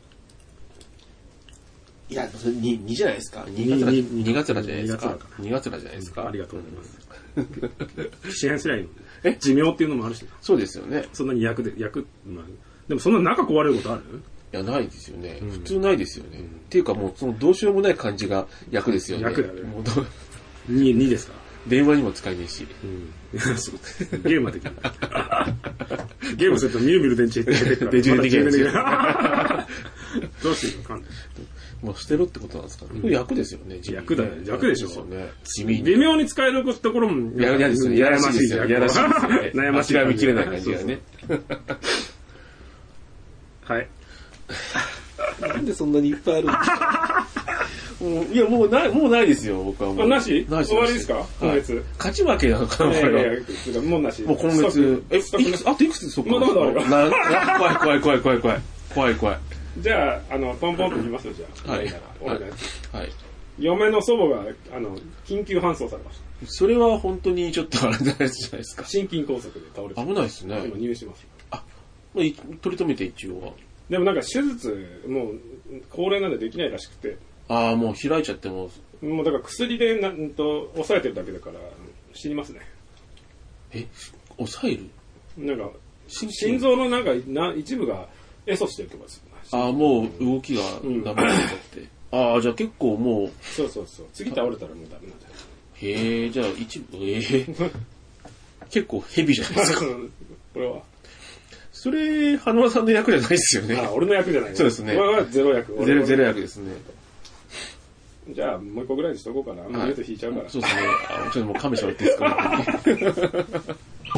いや、に、にじゃないですか。にがつら、にがつらじゃないですか。にがつらじゃないですか。 ありがとうございます。支援すりゃいいの。え寿命っていうのもあるし。 そうですよね。 そんなに役で、役、まあ、でもそんな中壊れることある？ いや、ないですよね。普通ないですよね。っていうかもう、そのどうしようもない感じが役ですよね。 役だね。もうどに、にですか？ 電話にも使えねえし。 うん。ゲームはできる。ゲームするとみるみる電池減ってくる。電池できる。どうしていいのかんない。 もう捨てろってことなんですかね。これ役ですよね。 役だよ。役でしょ。 地味に。 微妙に使えるところも。 いや、嫌ですね。やらしいですよ。やらしいですよね。 悩ましい。 諦めきれない感じがね。 はい。 なんでそんなにいっぱいあるんですか？もういや、もうない、もうないですよ、僕はもう。 あ、なし？終わりですか？今月。 勝ち負けなのかな、これ。 もうなし。 もう今月。え、あといくつそこまだまだあるか。 怖い怖い怖い怖い怖い。怖い怖い。 じゃあ、あの、ポンポンといきますよ、じゃあ。はい。はい。嫁の祖母が、あの、緊急搬送されました。 それは本当にちょっとあれじゃないですか。 心筋梗塞で倒れて。 危ないですね。 今入院してます。 あ、取り留めて一応は。 でもなんか手術、もう、高齢なんでできないらしくて。 ああ、もう開いちゃっても。 もうだから薬でなんと抑えてるだけだから死にますね。 え、抑える？ なんか心臓のなんかな一部がエソしてるとかです。 ああ、もう動きがダメになっちゃって。うん、ああ、じゃあ結構もう。 そうそうそう。次倒れたらもうダメなんだよ。 へえ、じゃあ一部、ええー、結構ヘビじゃないですか。 これは。 それ、花輪さんの役じゃないですよね。 ああ、俺の役じゃない。 そうですね。 これはゼロ役。 ゼロ、ゼロ役ですね。 じゃあ、もう一個ぐらいにしとこうかな。もう言うと引いちゃうから。 そうですね。あ、ちょっともう亀しゃべっていいですか？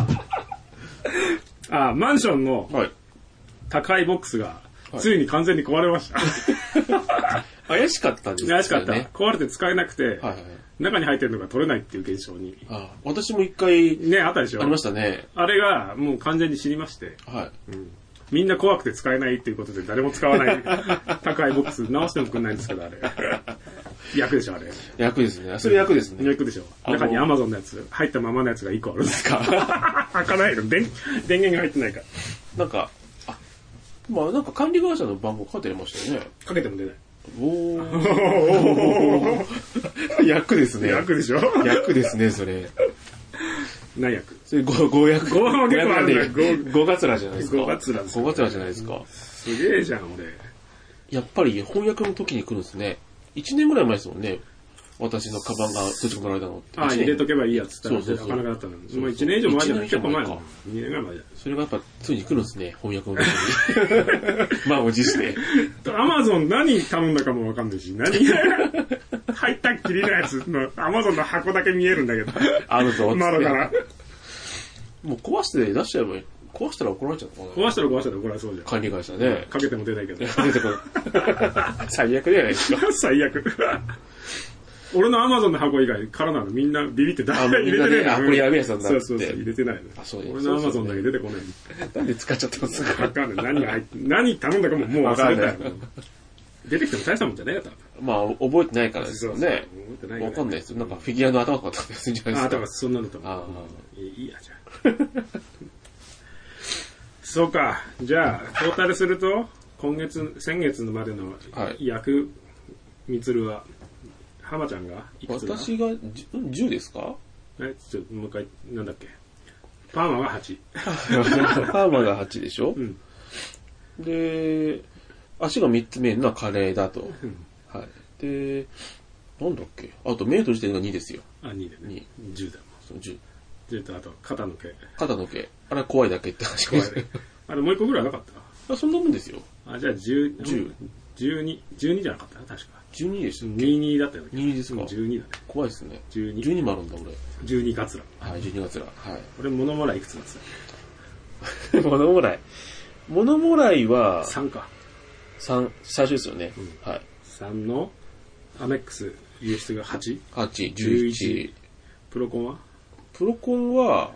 ああ、マンションの高いボックスが、ついに完全に壊れました。 怪しかったんですね。 怪しかった。壊れて使えなくて、はいはい、 中に入ってるのが取れないっていう現象に。 ああ、私も一回。 ね、あったでしょ。 ありましたね。 あれがもう完全に知りまして。 はい。うん、 みんな怖くて使えないっていうことで誰も使わない高いボックス直してもくんないんですけど、あれ。役でしょ、あれ。 役ですね。それ役ですね。 役でしょ。中に Amazon のやつ、入ったままのやつがいっこあるんですか。開かないの。電、電源が入ってないから。 なんか、あ、まあなんか管理会社の番号かけてましたよね。 かけても出ない。 おー。役ですね。 役でしょ。 役ですね、それ。 何役？ それご、ご役。 ご役結構あるんだ。 ごがつらじゃないですか。 ごがつらです。 ごがつらじゃないですか。 すげえじゃん、俺。 やっぱり翻訳の時に来るんですね。いちねんぐらい前ですもんね。私のカバンが閉じ込められたのって。 ああ、入れとけばいいやつって言ったらなかなかだったの。もういちねん以上前じゃない。結構前か。にねんぐらい前じゃない。 それがやっぱついに来るんですね、翻訳の時に。満を持して。 アマゾン何頼んだかもわかんないし、何入ったっきりのやつのアマゾンの箱だけ見えるんだけど。 あるぞ。 窓から。 もう壊して出しちゃえばいい。壊したら怒られちゃうのかな。壊したら壊したら怒られそうじゃん。 管理会社ね。 かけても出ないけど。出てこない。 最悪じゃないですか。 最悪。俺のアマゾンの箱以外からなのみんなビビって誰入れてないの。 あ、これやべえやつなんだって。 そうそうそう、入れてないの。あ、そう俺のアマゾンだけ出てこない。 なんで使っちゃったんですか。 わかんない。何が入って、何頼んだかももう忘れたよ。出てきても大したもんじゃないやった。 まあ、覚えてないからですよね。覚えてない。 わかんないですよ。なんかフィギュアの頭とかってするんじゃないですか。 あ、だからそんなのと。ああ、いいや、じゃあ。そうか。じゃあ、トータルすると、今月、先月までの役、みつるは、浜ちゃんがいくつだ？ 私がじゅうですか？ え、ちょっともう一回、なんだっけ。パーマがはち。 パーマがはちでしょ？うん、で、足がみっつめのはカレーだと。うん、はい。で、なんだっけ。あと、目閉じてるのがにですよ。 あ、にでね。に。じゅうだもん。 そう、じゅう。 じゅうと、あと、肩の毛。 肩の毛。あれは怖いだけって話です。 あれもう一個ぐらいなかった？ あ、そんなもんですよ。 あ、じゃあじゅう、じゅう、じゅうに、じゅうにじゃなかった確か。 じゅうにでしたっけ？ にじゅうにだったよね。 にじゅうにですか？ じゅうにだね。 怖いですね。 じゅうに。 じゅうにもあるんだ、俺。 じゅうにガツラ。 はい、じゅうにガツラ。はい。 俺、物もらいいくつなんですよ。物もらい。物もらいは、 さんか。 さん、最初ですよね。うん、はい。 さんの、アメックス輸出が はち？ はち、じゅういち。 プロコンは？ プロコンは、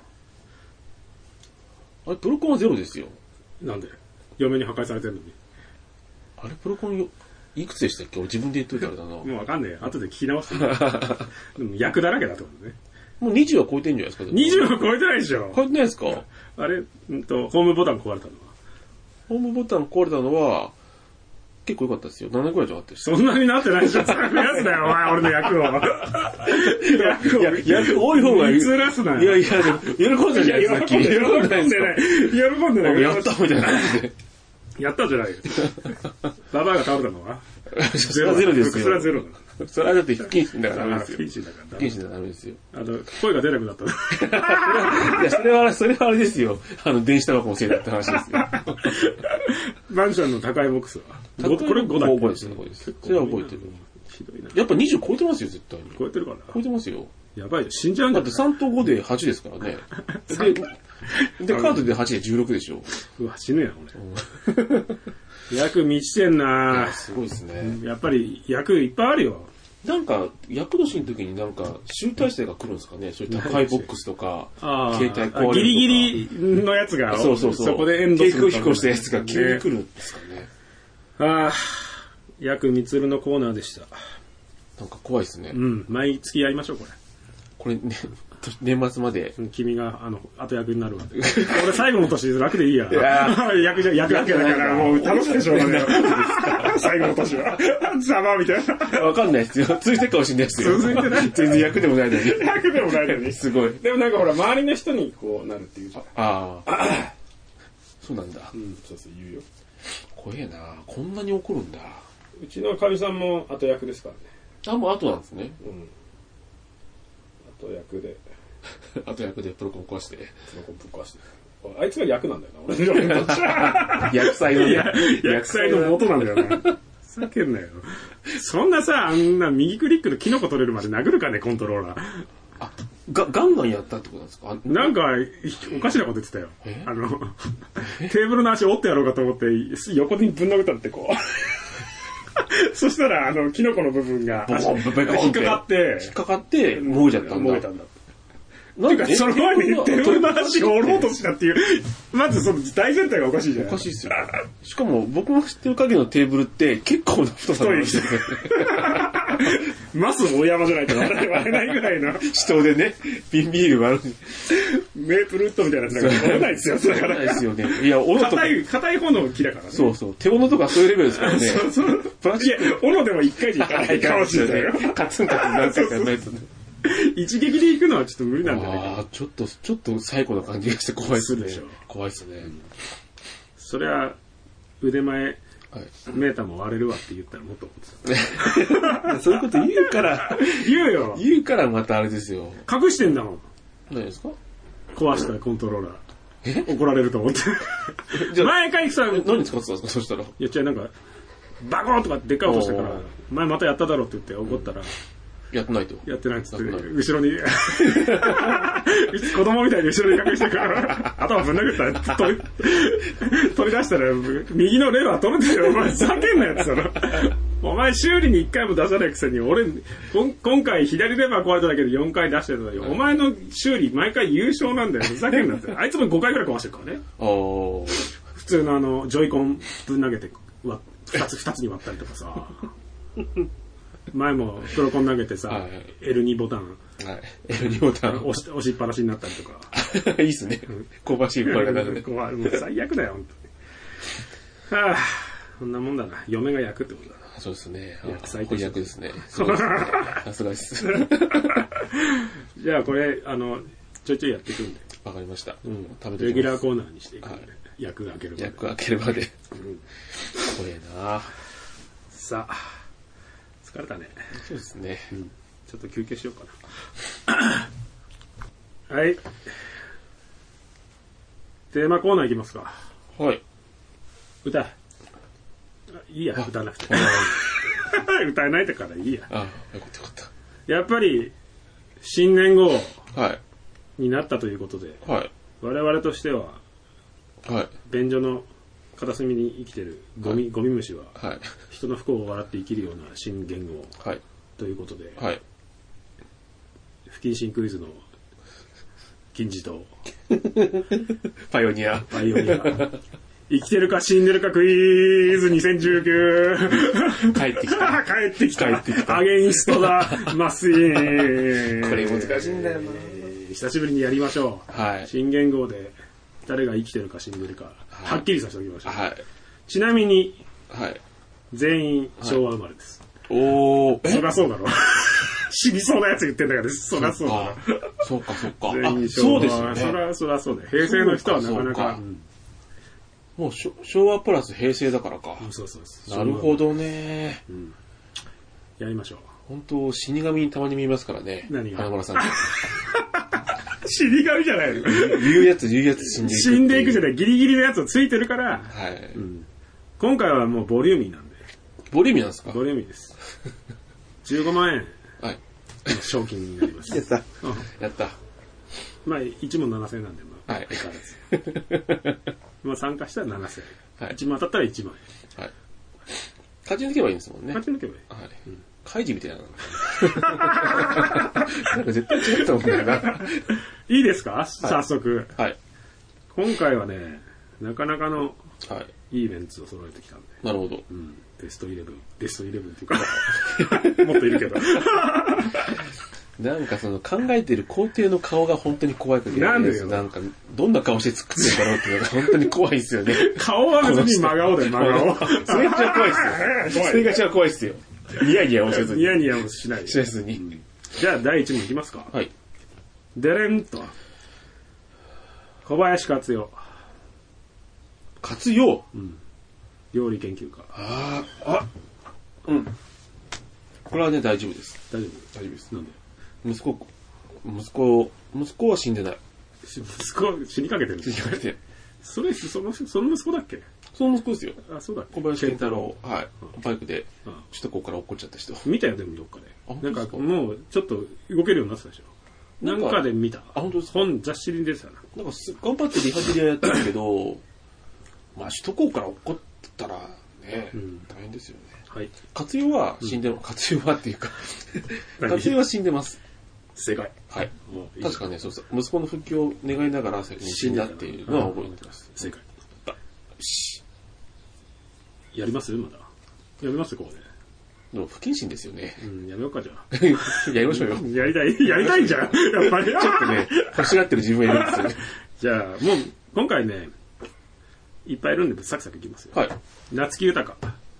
あれ、プロコンはゼロですよ。 なんで？嫁に破壊されてるのに。 あれ、プロコンよ、いくつでしたっけ？俺自分で言っといたあれだな。 もうわかんねえよ。後で聞き直して。でも役だらけだってことね。 もうにじゅうは超えてんじゃないですか？ にじゅうは超えてないでしょ。 超えてないですか？ あれ、うんと、ホームボタン壊れたのは？ ホームボタン壊れたのは、結構良かったですよ。ななねんくらいじゃなかったです。 そんなになってないでしょ。咲くやつだよ、お前、俺の役を。役を。いや、役多い方がいい。 ずらすなよ。 いやいや、喜んでないさっき。 喜んでない。喜んでない。 やったみたいな感じで。 やったじゃないよ。ババアが倒れたのはそれはゼロですよ。 それはゼロだ。 それはだって不謹慎だからダメですよ。 不謹慎だから。 不謹慎だからダメですよ。 あの、声が出なくなったの。 いや、それは、それはあれですよ。あの、電子タバコのせいだって話ですよ。 マンションの高いボックスはこれごだっけ？ごです。ごです。それは覚えてる。ひどいな。やっぱにじゅう超えてますよ、絶対に。 超えてるかな？ 超えてますよ。 やばいよ、死んじゃうんだってさんとごではちですからね。で、で、カードではちでじゅうろくでしょ。 うわ、死ぬやん、俺。役満ちてんなぁ。 すごいですね。 やっぱり役いっぱいあるよ。 なんか、厄年の時になんか、集大成が来るんですかね。そういう高いボックスとか、携帯壊れるとか。 ギリギリのやつが、 そうそうそう。 そこでエンドする。 低空飛行したやつが急に来るんですかね。 ああ、役みつるのコーナーでした。 なんか怖いですね。 うん、毎月やりましょう、これ。 これ、ね、年末まで。 君が、あの、後役になるわ。俺最後の年楽でいいや。いや役じゃ、役だけだからもう楽しくてしょうがないよ。最後の年は。ざまみたいな。 わかんないですよ。続いてるかもしれないですよ。 続いてない。 全然役でもないのに。 役でもないのに。 すごい。 でもなんかほら、周りの人にこうなるっていうじゃん。 ああ。そうなんだ。 うん、そうそう言うよ。 怖えな。こんなに怒るんだ。 うちのかみさんも後役ですからね。 あ、もう後なんですね。 うん。後役で。 後役でプロコン壊して。プロコンぶっ壊して。あいつが役なんだよな、俺の役祭のね。 役祭の元なんだよな。ふざけんなよ。そんなさ、あんな右クリックのキノコ取れるまで殴るかね、コントローラー。 あ、が、ガンガンやったってことなんですか？ なんか、おかしなこと言ってたよ。あの、テーブルの足折ってやろうかと思って、横にぶん殴ったってこう。 そしたら、あの、キノコの部分が、 ボコンボコン引っかかって、 引っかかって、燃えちゃったんだ。 燃えたんだ。なんか、その前にテーブルの話を折ろうとしたっていう、まずその大前提がおかしいじゃん。 おかしいっすよ。しかも、僕の知ってる限りのテーブルって結構な太さなんですよね。 マス大山じゃないと割れないぐらいの。 人でね、瓶ビール割る。 メープルウッドみたいなやつなんか折れないですよ、それから。 ないですよね。いや、斧とか。硬い、硬い方の木だからね。 そうそう。手斧とかそういうレベルですからね。そうそう。プラスチック。 いや、斧でも一回じゃいかないかもしれないよ。 カツンカツン何回かやらないとね。 一撃で行くのはちょっと無理なんじゃないかな。 ああ、ちょっと、ちょっと最古な感じがして怖いっすね。怖いっすね。 それは、腕前、はい、メーターも割れるわって言ったらもっと怒ってた。 そういうこと言うから。 言うよ。 言うからまたあれですよ。 隠してんだもん。 何ですか？ 壊したコントローラー。え？怒られると思って。じゃあ前回さ、 何使ってたんですかそしたら。いや、違う、なんか、バコーンとかでっかい音したから、前またやっただろって言って怒ったら、 やってないと。 やってないっつって、後ろに、子供みたいに後ろに隠してから、頭ぶん殴ったら取り、取り出したら、右のレバー取れてるよ、お前、ふざけんなやつだろ。お前、修理にいっかいも出さないくせに、俺、今回左レバー壊れただけでよんかい出してるのに、お前の修理毎回優勝なんだよ、ふざけんなって。あいつもごかいくらい壊してるからね。普通のあの、ジョイコンぶん投げて、ふたつ、ふたつに割ったりとかさ。前もプロコン投げてさ、はい、エルツー ボタン、 はい、エルツー ボタン押し、押しっぱなしになったりとか。いいっすね。香ばしい声が鳴るね。 もう最悪だよ、本当に。はぁ、こんなもんだな。嫁が焼くってことだな。 そうですね。 焼最高役ですね。そうですね。さすがです。 じゃあこれ、あの、ちょいちょいやっていくんで。 わかりました。 うん。食べてレギュラーコーナーにしていくんで。はい、焼く開けるまで。 焼く開けるまで。うん。怖えなさあ。疲れたね。 そうですね、 うん。ちょっと休憩しようかな。はい。テーマコーナーいきますか。 はい。 歌え。いいや、歌わなくて。歌えないからいいや。 ああ、よかったよかった。 やっぱり、新年号はい。 になったということで、 はい。 我々としては、 はい。 便所の片隅に生きてるゴミ、はい、ゴミ虫は、 はい、 人の不幸を笑って生きるような新言語、 はい、 ということで、 はい、 不謹慎クイズの金字塔パイオニアパイオニア生きてるか死んでるかクイズにせんじゅうきゅう帰ってきた帰ってきた帰ってきたアゲインストだマスインこれ難しいんだよな、 えー、久しぶりにやりましょう、はい、 新言語で誰が生きてるか死んでるか、はい、はっきりさせておきましょう、 はい、 ちなみに、 はい、 全員昭和生まれです、 はい、おーそりゃそうだろ死にそうなやつ言ってんだからそりゃそうだろそうかそうか全員昭和そうですよねそりゃそりゃそうだよ平成の人はなかなかもう昭和プラス平成だからか、 うん、そうそうそうなるほどね、 うん、やりましょう本当死神にたまに見えますからね何が花村さん死神じゃないの言うやつ言うやつ死んでいく死んでいくじゃないギリギリのやつをついてるから、 はいうん、今回はもうボリューミーなんでボリューミーなんですかボリューミーですじゅうごまんえんはい賞金になりますやった、うん、やったまあいち問ななせんえんなんでまあはい相変わらずまあ参加したらななせんえん、はい、いちまん当たったらいちまんえん、はい、 勝ち抜けばいいんですもんね勝ち抜けばいい、 はい、うんカイジみたいななんか絶対違ったもんだよな。 いいですか、はい、早速、 はい。 今回はね、なかなかのいいメンツを揃えてきたんで。 なるほど。 うん、ベストイレブン、ベストイレブンっていうか、もっといるけど。 なんかその考えてる工程の顔が本当に怖い時なんでよ。 なんかどんな顔して作ってるんだろうっていうのが本当に怖いですよね。 顔は別に真顔で真顔。 それが一番怖いですよ。それが一番怖いですよ。ニヤニヤをせずに。 ニヤニヤをしない。 しずに、 うん。じゃあ第一問いきますか。 はい。 デレンと。小林克代。 克代、 うん、料理研究家。 ああ、うん。これはね、大丈夫です。 大丈夫大丈夫です。 なんで息子、息子、息子は死んでない。 息子、死にかけてる死にかけてる。 それ、その、その息子だっけその息子ですよ。 あ、そうだっけ小林健太郎。はい。バイクで、首都高から落っこっちゃった人。 見たよ、でもどっかで。なんか、もう、ちょっと動けるようになってたでしょ。なんかで見た。 あ、本当ですか。 本、雑誌に出てたな。 なんかす、頑張ってリハビリはやってるけど、まあ、首都高から落っこったら、ね、うん、大変ですよね。 はい。 活用は死んでる、うん、活用はっていうか、活用は死んでます。 正解。 はい。いい確かね、そうそう。息子の復帰を願いながら先に死んだっていうのは覚えてます。 正解。やりますまだ。やりますここで。 でも不謹慎ですよね。 うん、やめようかじゃあ。 やりましょうよ。 やりたい、やりたいじゃん。やっぱり。ちょっとね、欲しがってる自分がいるんですよね。 じゃあ、もう、今回ね、いっぱいいるんで、サクサクいきますよ。 はい。 夏木豊。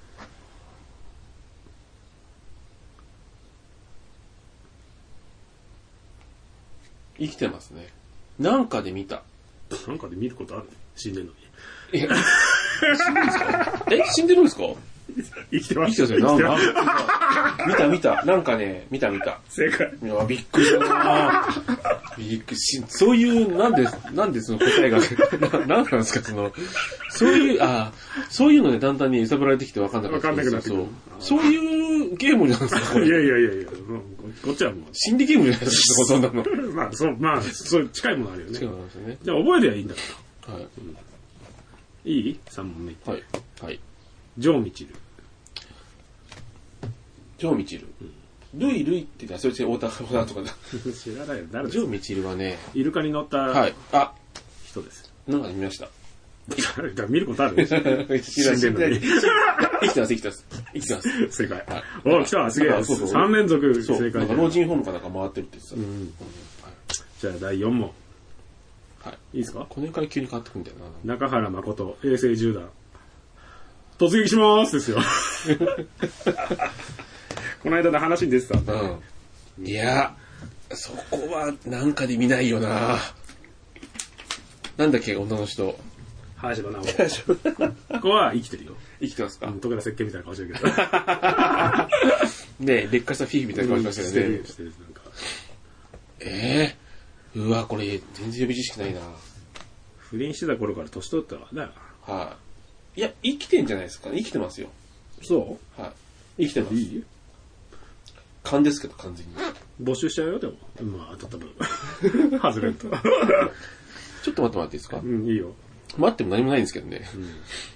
生きてますね。なんかで見た。 なんかで見ることある死んでんのに。 え、死んでるんですかえ、死んでるんですか生きてます。 生きてますよ。なんか、見た見た。なんかね、見た見た。 正解。 いや、びっくりしたなびっくりし、そういう、なんで、なんでその答えが、な、なんなんですか、その、そういう、あそういうのでだんだんに揺さぶられてきて分かんなくなって分かんなくなってそう。そういうゲームじゃないですか、これ。 いやいやいやいや、こっちはもう。 心理ゲームじゃないですか、ほとんどの。 まあ、そう、まあ、そう近いものあるよね。 近いものですよね。 じゃあ覚えりゃいいんだから。はい。うん、いい ?さん 問目。 はい。はい。 ジョー・ミチル。 ジョー・ミチル。うんルイ・ルイって言ったら、それって太田とかだ。 知らないよ、誰ですかジョー・ミチルはね、 イルカに乗った、 はい、あ、 人です。 なんか見ました。 見ることある死んでんのに。 生きてます、生きてます。生きてます。 正解。お、来た、すげえ。さん連続正解。 なんか老人ホームかなんか回ってるって言ってた。じゃあ、だいよん問。 はい。 いいですかこの辺から急に変わってくんだよな。中原誠、衛星銃弾。突撃しまーすですよ。この間の話に出てたんだ、 ね。うん。いや、そこはなんかで見ないよな。なんだっけ、女の人。 林島直子。ここは生きてるよ。 生きてますか、 うん、徳田石鹸みたいな顔してるけど。 ねえ、劣化したフィーみたいな顔しましたよね。うん、してるしてるなんかええー、うわ、これ全然予備知識ないな。 不倫してた頃から年取ったわね。 はい、あ。いや、生きてんじゃないですかね。生きてますよ。 そうはい。生きてます。いい勘ですけど、完全に。 募集しちゃうよ、でも。まあ、当たった分。外れると。 ちょっと待ってもらっていいですか？ うん、いいよ。 待っても何もないんですけどね。うん、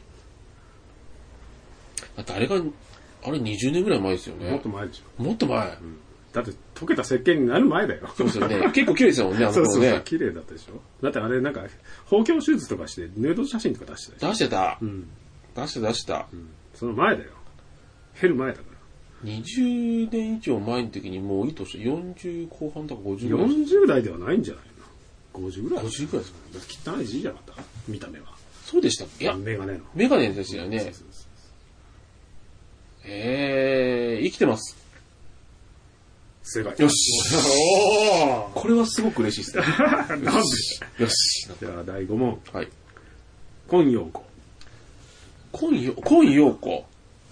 だってあれが、あれにじゅうねんぐらい前ですよね。 もっと前でしょ。 もっと前。 うん、だって溶けた石鹸になる前だよ。 そうですよね。結構綺麗ですもんね、あの頃ね。そうそうそう、綺麗だったでしょ。だってあれなんか、包協手術とかして、ヌード写真とか出してた。出してた。 うん。 出して出した。 うん。その前だよ。減る前だから。 にじゅうねん以上前の時にもういい年、よんじゅう後半とかごじゅうぐらい。 よんじゅう代ではないんじゃないの ?ごじゅう ぐらい。 ごじゅうぐらいですかね。汚い字じゃなかった見た目は。 そうでしたっけ？いや、 メガネの。 メガネでしたよね。そうそうそうそうえー、生きてます。 正解。 よし。おこれはすごく嬉しいですね。 なんでよし。 じゃあ、だいご問。 はい。 今陽子。 今陽、今陽子。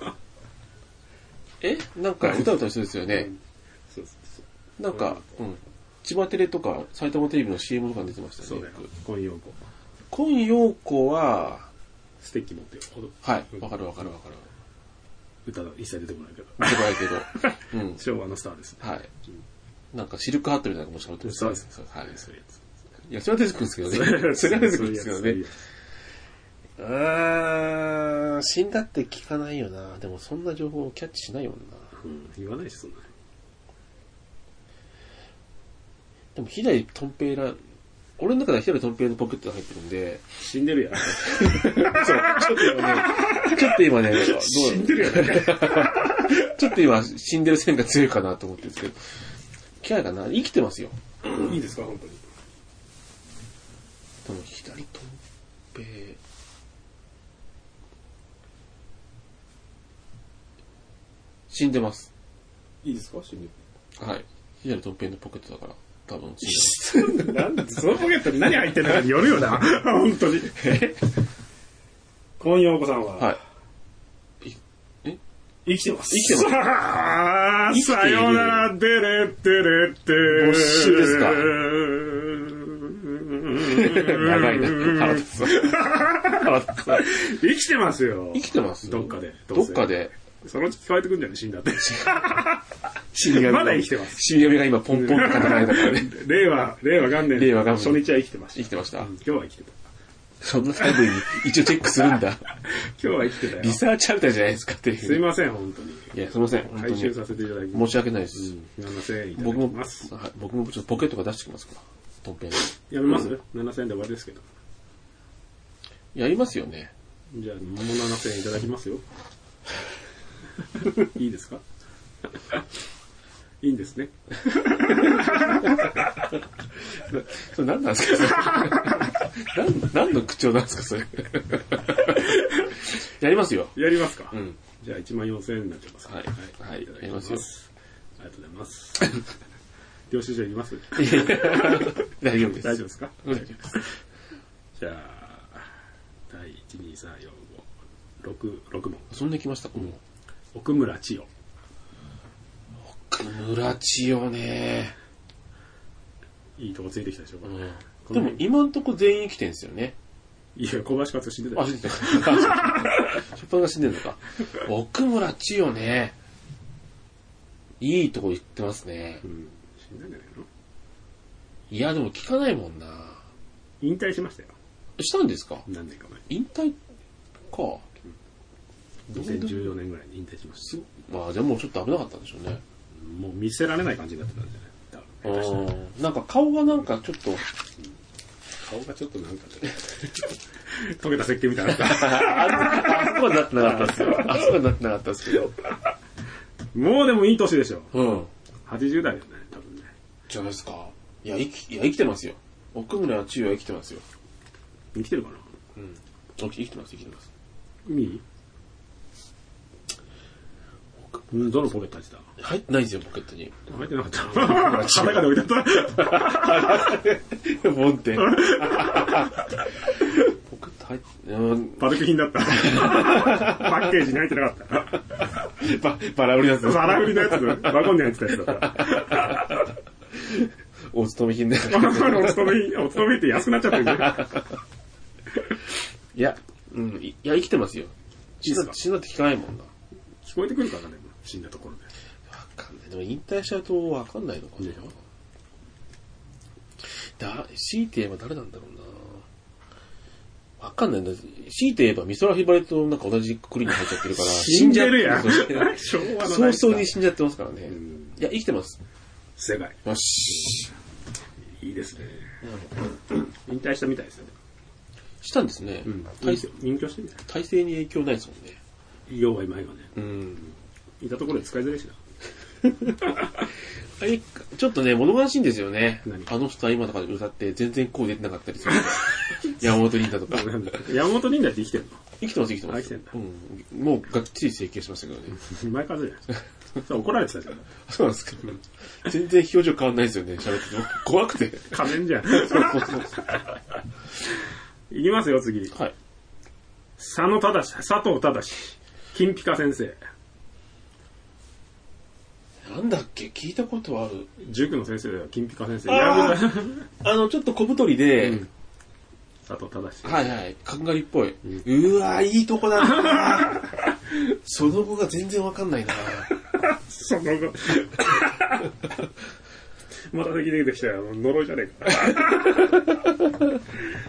えなんか歌うた人ですよね。うん、そうそうそう。なんか、うん。千葉テレとか埼玉テレビの シーエム とかに出てましたね。 そうだよ。今陽子。 今陽子は、 ステッキ持ってる。 はい。わかるわかるわかる。 歌が一切出てこないけど。 出てこないけど。うん。 昭和のスターです。 はい。なんかシルクハットみたいなのもしかもそうです。 はい。そういうやつ。いや、それは出てくるんですけどね。それは出てくるんですけどね。あー、死んだって聞かないよな。でもそんな情報をキャッチしないもんな。 うん、言わないし、そんな。 でも、左トンペイラ、俺の中では左トンペイのポケットが入ってるんで。 死んでるやん。 そう、ちょっと今ね、ちょっと今ね、どう死んでるやん。 ちょっと今、死んでる線が強いかなと思ってるんですけど。キャラかな生きてますよ。 いいですか、本当に。 でも、左トンペイ、死んでます。 いいですか死んでる。はい。左トンペイのポケットだから、多分死んでます。なんで、そのポケットに何入ってるのかによるよな。本当に。今陽子さんは。 はい。え生きてます。 生きてます。 あー、さよなら、でれってれって。 没収ですか。長いな。腹立つ。腹立つ。 生きてますよ。 生きてます。 どっかで。 どっかで。 そのうち聞こえてくるんじゃない死んだって。 死神まだ生きてます。 死神が今ポンポンって語られたからね。 令和、令和元年。 令和元年。 初日は生きてました。 生きてました。 うん、今日は生きてた。 そんなタイムに一応チェックするんだ。 今日は生きてたよ。 リサーチャルターじゃないですかっていう。 すいません、本当に。 いや、すいません。 回収させていただきます。申し訳ないです。 うん、ななせんえんいただきます。 僕も、はい、僕もちょっとポケットが出してきますから。トンペン。 やめます、うん、ななせんえんで終わりですけど。 やりますよね。 じゃあ、もうななせんえんいただきますよ。いいですか？いいんですね。 それ何なんですか何, 何の口調なんですかそれ。やりますよ。 やりますか、 うん、 じゃあいちまんよんせんえんになっちゃいます。 はい。はい。はい、やりますよ。 ありがとうございます。領収書いります？ 大丈夫です。 大丈夫ですか？ 大丈夫です。 じゃあ、だいいち、に、さん、よん、ご、ろく、ろく問。 そんな来ましたか？もう。 奥村千代。 奥村千代ね。 いいとこついてきたでしょ、 うん、でも今んとこ全員生きてんすよね。 いや、小林勝死んでたよ。 あ、死んでた。ショパンが死んでんのか。奥村千代ね。いいとこ行ってますね。 うん。死んだんじゃないの？ いや、でも聞かないもんな。 引退しましたよ。 したんですか？ 何年か前。 引退か。 にせんじゅうよねんぐらいに引退しました。 まあ、でもちょっと危なかったんでしょうね。 もう見せられない感じになってたんじゃない？ あ、なんか顔がなんかちょっと、うん、 顔がちょっとなんかね溶けた石鹸みたいなあそこになってなかったですよ。あそこになってなかったですけど。 もうでもいい年でしょ。 うん。 はちじゅう代だよね、多分ね。 じゃないですか。いや、生き、いや、生きてますよ。奥村千代は生きてますよ。 生きてるかな？ うん。生きてます、生きてます。 いい？どのポケット入ってた？ 入ってないんですよ、ポケットに。 入ってなかった。裸で置いてあった。 ボンって。ポケット入って、うん。 パルク品だった。パッケージに入ってなかった。 バ, バラ売りのやつ。 バラ売りのやつ。バコンに入ってたやつだった。 お勤め品だ。 お勤め品、お勤めって安くなっちゃってるね。 いや、うん、いや、生きてますよ。死んだ、死んだって聞かないもんな。 聞こえてくるからね、死んだところで。 わかんない。でも引退しちゃうとわかんないのかな。だ、強いて言えば誰なんだろうな。わかんないんだ。強いて言えば美空ひばりとなんか同じくくりに入っちゃってるから。 死んでるやん。 昭和の早々に死んじゃってますからね。いや、生きてます。 正解。 よし。 いいですね。引退したみたいですよね。 したんですね。 うん。体制、隠居してみたい。 体制に影響ないですもんね。 要は今がね。 うん。 いたところで使いづらいしな。 あれ、ちょっとね、物悲しいんですよね。 何？ あの人は今とかで歌って全然声出てなかったりする。山本リンダとか。 山本リンダって生きてるの？ 生きてます、生きてます。 生きてんだ。 うん。もうがっちり整形しましたけどね。 前からじゃないですか。怒られてたじゃん。 そうなんですけど、全然表情変わんないですよね、喋ってても。怖くて。 仮面じゃん。そうそうそう。いきますよ、次。 はい。 佐野忠、佐藤忠、金ピカ先生。 なんだっけ、聞いたことある。 塾の先生だよ、金ピカ先生。 あ, あの、ちょっと小太りで、うん、 佐藤忠。 はいはい、かんがりっぽい。うん、うわ、いいとこだなその後が全然わかんないなその後。また敵出てきたよ、呪いじゃねえか。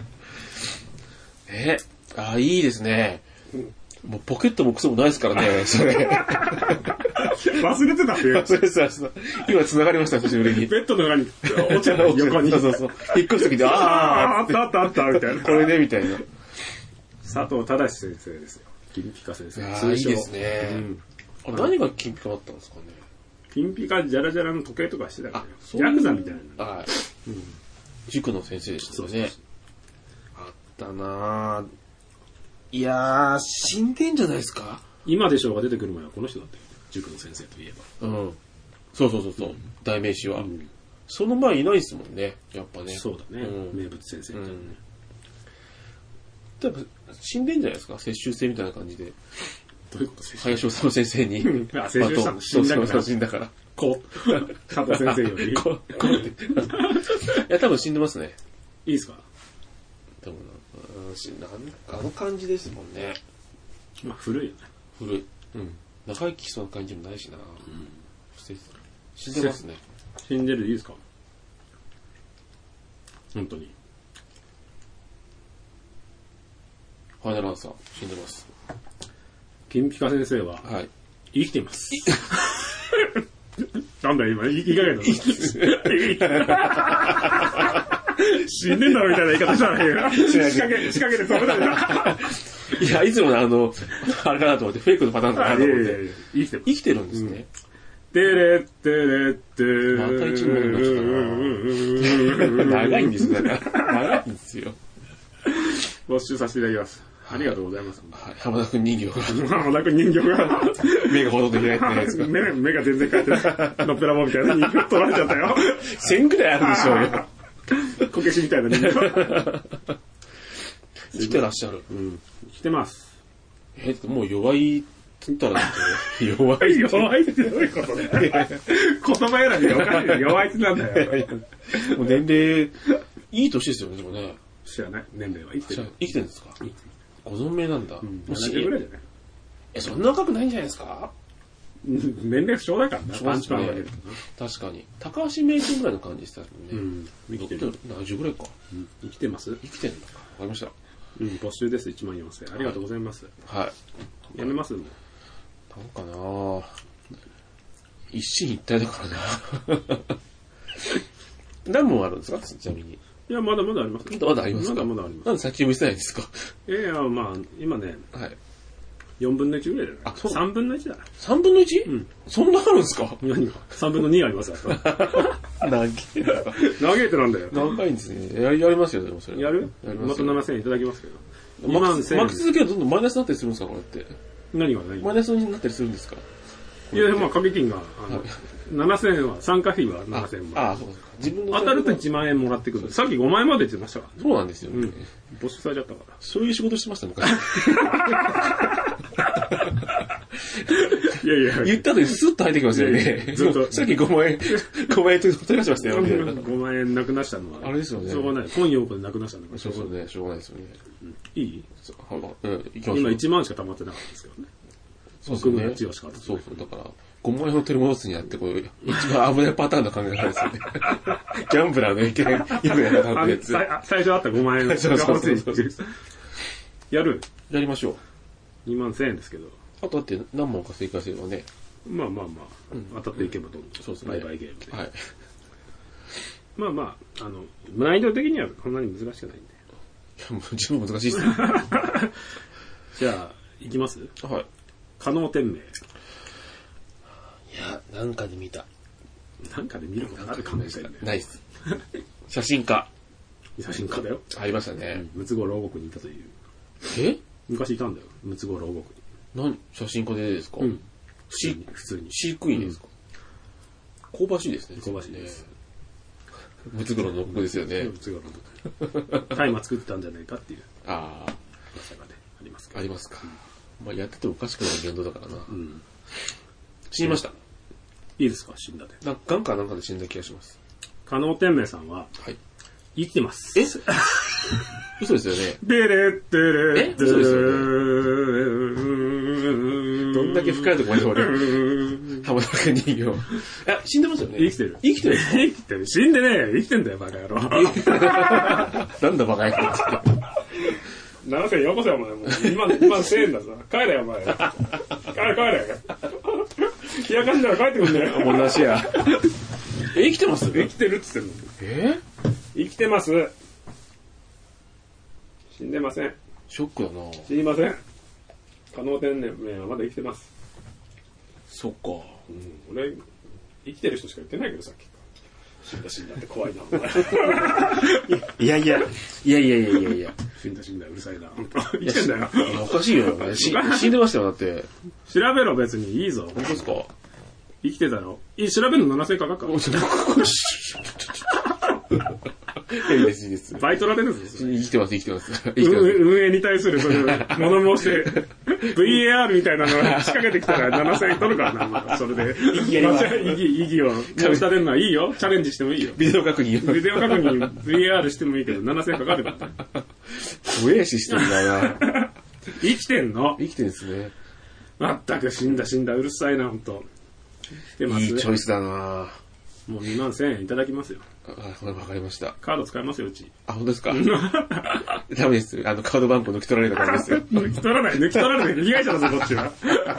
え、あ、いいですね。もうポケットもクソもないですからね、それ。 忘れてたっていう。 忘れてた。今繋がりました、久しぶりに。 ベッドの中に落ちた横に。 そうそうそう。引っ越すときで、ああ、 あったあったあった、みたいな。 これね、みたいな。 佐藤忠先生ですよ。金ピカ先生。 ああ、いいですね。うん、何が金ピカだったんですかね。 金ピカジャラジャラの時計とかしてたから、ヤクザみたいな。 はい。うん。塾の先生でしたよね。あったなぁ。いやー、死んでんじゃないですか？ 今でしょうが出てくる前はこの人だったよ。塾の先生といえば。 うん。そうそうそうそう。うん、代名詞は、うん。その前いないですもんね。やっぱね。 そうだね。うん、名物先生みたいなね。 やっぱ死んでんじゃないですか？接種性みたいな感じで。 どういうこと？ 林修先生に。 あ、接種したの？死んだから。 死んだから。 こう。加藤先生より。 こう。こうって。いや、多分死んでますね。 いいですか？ でもなんあの感じですもんね。 まあ古いよね。 古い。うん。長生きしそうな感じもないしな。うん。死んでますね。 死んでるでいいですか？本当に。 ファイナルアンサー、死んでます。 金ピカ先生は、 はい。 生きてます。なんだ今、いかがだ死んでんだろみたいな言い方したらいいよ。仕掛け、仕掛けて止めたりな。 いや、いつものあの、あれかなと思って、フェイクのパターンかなと思って。いやいやいや生きてます。 生きてるんですね。 てれってれって。 また一問になっちゃったな。長いんですよ、だから。長いんですよ。 没収させていただきます。ありがとうございます。 はい、浜田くん人形が。 浜田くん人形が。 目がほとんど開いてないですか。 目、目が全然開いてない。のっぺらぼうみたいな人形取られちゃったよ。 千くらいあるでしょうよ。 こけしみたいな人形。 生きてらっしゃる。 うん。生きてます。 え、もう弱いって言ったら、弱い。 弱いってどういうことだよ。言葉選びがおかしいよ。弱いってなんだよ。 もう年齢、いい年ですよね、でもね。 知らない。年齢は生きてる。 生きてるんですか。ご存命なんだ。 うん、ななじゅうぐらいじゃないえ、そんな若くないんじゃないですか。 年齢不詳だからな。パンチパンだけどな。確かに。高橋名人ぐらいの感じでしたもんね。 うん。生きてる。 ななじゅうぐらいか。 うん。生きてます。 生きてるんだか。わかりました。 うん、募集です。いちまんよんせん。ありがとうございます。 はい。 やめますもん。 なんかなぁ。一進一退だからな何問あるんですかちなみに。 いや、まだまだあります。 まだありますか。 まだまだあります。 なんで先読みしてないんですか。 いやいや、まあ、今ね、 はい。 よんぶんのいちぐらいだよね。 あ、そう。 さんぶんのいちだ。 さんぶんのいち？ うん。そんなあるんですか。 何が ?さんぶんのにありますよ。 長い。 長いってなんだよ。 長いんですね。やり、やりますよ、でもそれ。 やるやります。またななせんえんいただきますけど。 にまんせんえん。巻き続けるとどんどんマイナスになったりするんですか、これって。 何が何マイナスになったりするんですか。 いや、まあ、掛け金が、あの、ななせんえんは、参加費はななせんえん。 ああ、そうですか。自分の当たるといちまんえんもらってくる。さっきごまんえんまで言ってましたから。 そうなんですよね。 没収されちゃったから。 そういう仕事してました、昔。いやいや。言った後にスッと入ってきますよね。ずっと。さっきごまんえん、ごまんえんと取り出しましたよね。 ごまんえんなくなしたのは。 あれですよね。 しょうがない。本ようこでなくなしたんだから。 そうそうね。しょうがないですよね。 いいうん、行きましょう。 今いちまんしか溜まってなかったですけどね。 そうそうね。そうそう。だから、ごまんえんを取り戻すにあって、こう、一番危ないパターンの考え方ですよね。ギャンブラーの意見、よくやらなかったやつ。 最初あったごまんえん。そうそうそうそう。やるやりましょう。にまんせんえんですけど。 あとだって何問か正解すればね。 まあまあまあ、当たっていけばどんどん。 そうですね。 バイバイゲームで。 はい。 まあまあ、あの、難易度的にはこんなに難しくないんで。 いや、もう十分難しいっすね。 じゃあ、いきます？ はい。 加納天明。いや、なんかで見た。 なんかで見ることあるかもしれない。 ないっす。写真家。 写真家だよ。 ありましたね。 ムツゴロウゴクにいたという。 え？ 昔いたんだよ。ムツゴロウゴクに。 何？写真家でですか？うん。 普通に。 飼育員ですか？香ばしいですね。 香ばしいです。 ムツゴロウの子ですよね。 ムツゴロウ。大麻作ってたんじゃないかっていう。 ああ。 噂がね、ありますか。 ありますか。まあ、やってておかしくない言動だからな。 うん。 死にました。 いいですか、死んだで。 なガンかなんかで死んだ気がします。 加納天明さんは、 はい。 生きてます。 え嘘ですよね。 でれってれえ嘘ですよね。どんだけ深いとこまで俺、浜田君人形。え、死んでますよね。 生きてる。 生きてる生きてる。死んでねえ。生きてんだよ、バカ野郎。 なんだバカ野郎って。 ななせんよこせよ、お前。もうにまん、にまんせんえんだぞ。帰れよ、お前。帰れ、帰れ。冷やかしなら帰ってくんだよ。 もうなしや。え、生きてます？ 生きてるっつってんの。 え生きてます。死んでません。 ショックだな。 死にません。加納天明はまだ生きてます。 そっか。 うん。俺、生きてる人しか言ってないけど、さっき。死んだ死んだって怖いな、お前。 いやいや、いやいやいやいやいや。 死んだ死んだうるさいな。生きてんだよ。 おかしいよ。死んでましたよ、だって。 調べろ、別にいいぞ。 本当ですか？ 生きてたよ。調べるのななせんえんかかっから。 いいです、いいです。 バイトられるんですよ。 生きてます、生きてます。 運営に対する、そういう、物申して、ブイエーアール みたいなのを仕掛けてきたらななせんえん取るからな、まあ、それで。意義やります。意義を申し立てるのはいいよ。チャレンジしてもいいよ。 ビデオ確認。 ビデオ確認、ブイエーアール してもいいけど、ななせんえんかかるから。 怖えシステムだな。 生きてんの？ 生きてんですね。 まったく死んだ死んだ、うるさいな、ほんと。 いいチョイスだな。 もうにまんせんえんいただきますよ。 あ、わかりました。 カード使いますよ、うち。 あ、本当ですか。 ダメです。あの、カードバンク抜き取られるからダメですよ。 抜き取らない、抜き取られない。被害者だぞ、こっちは。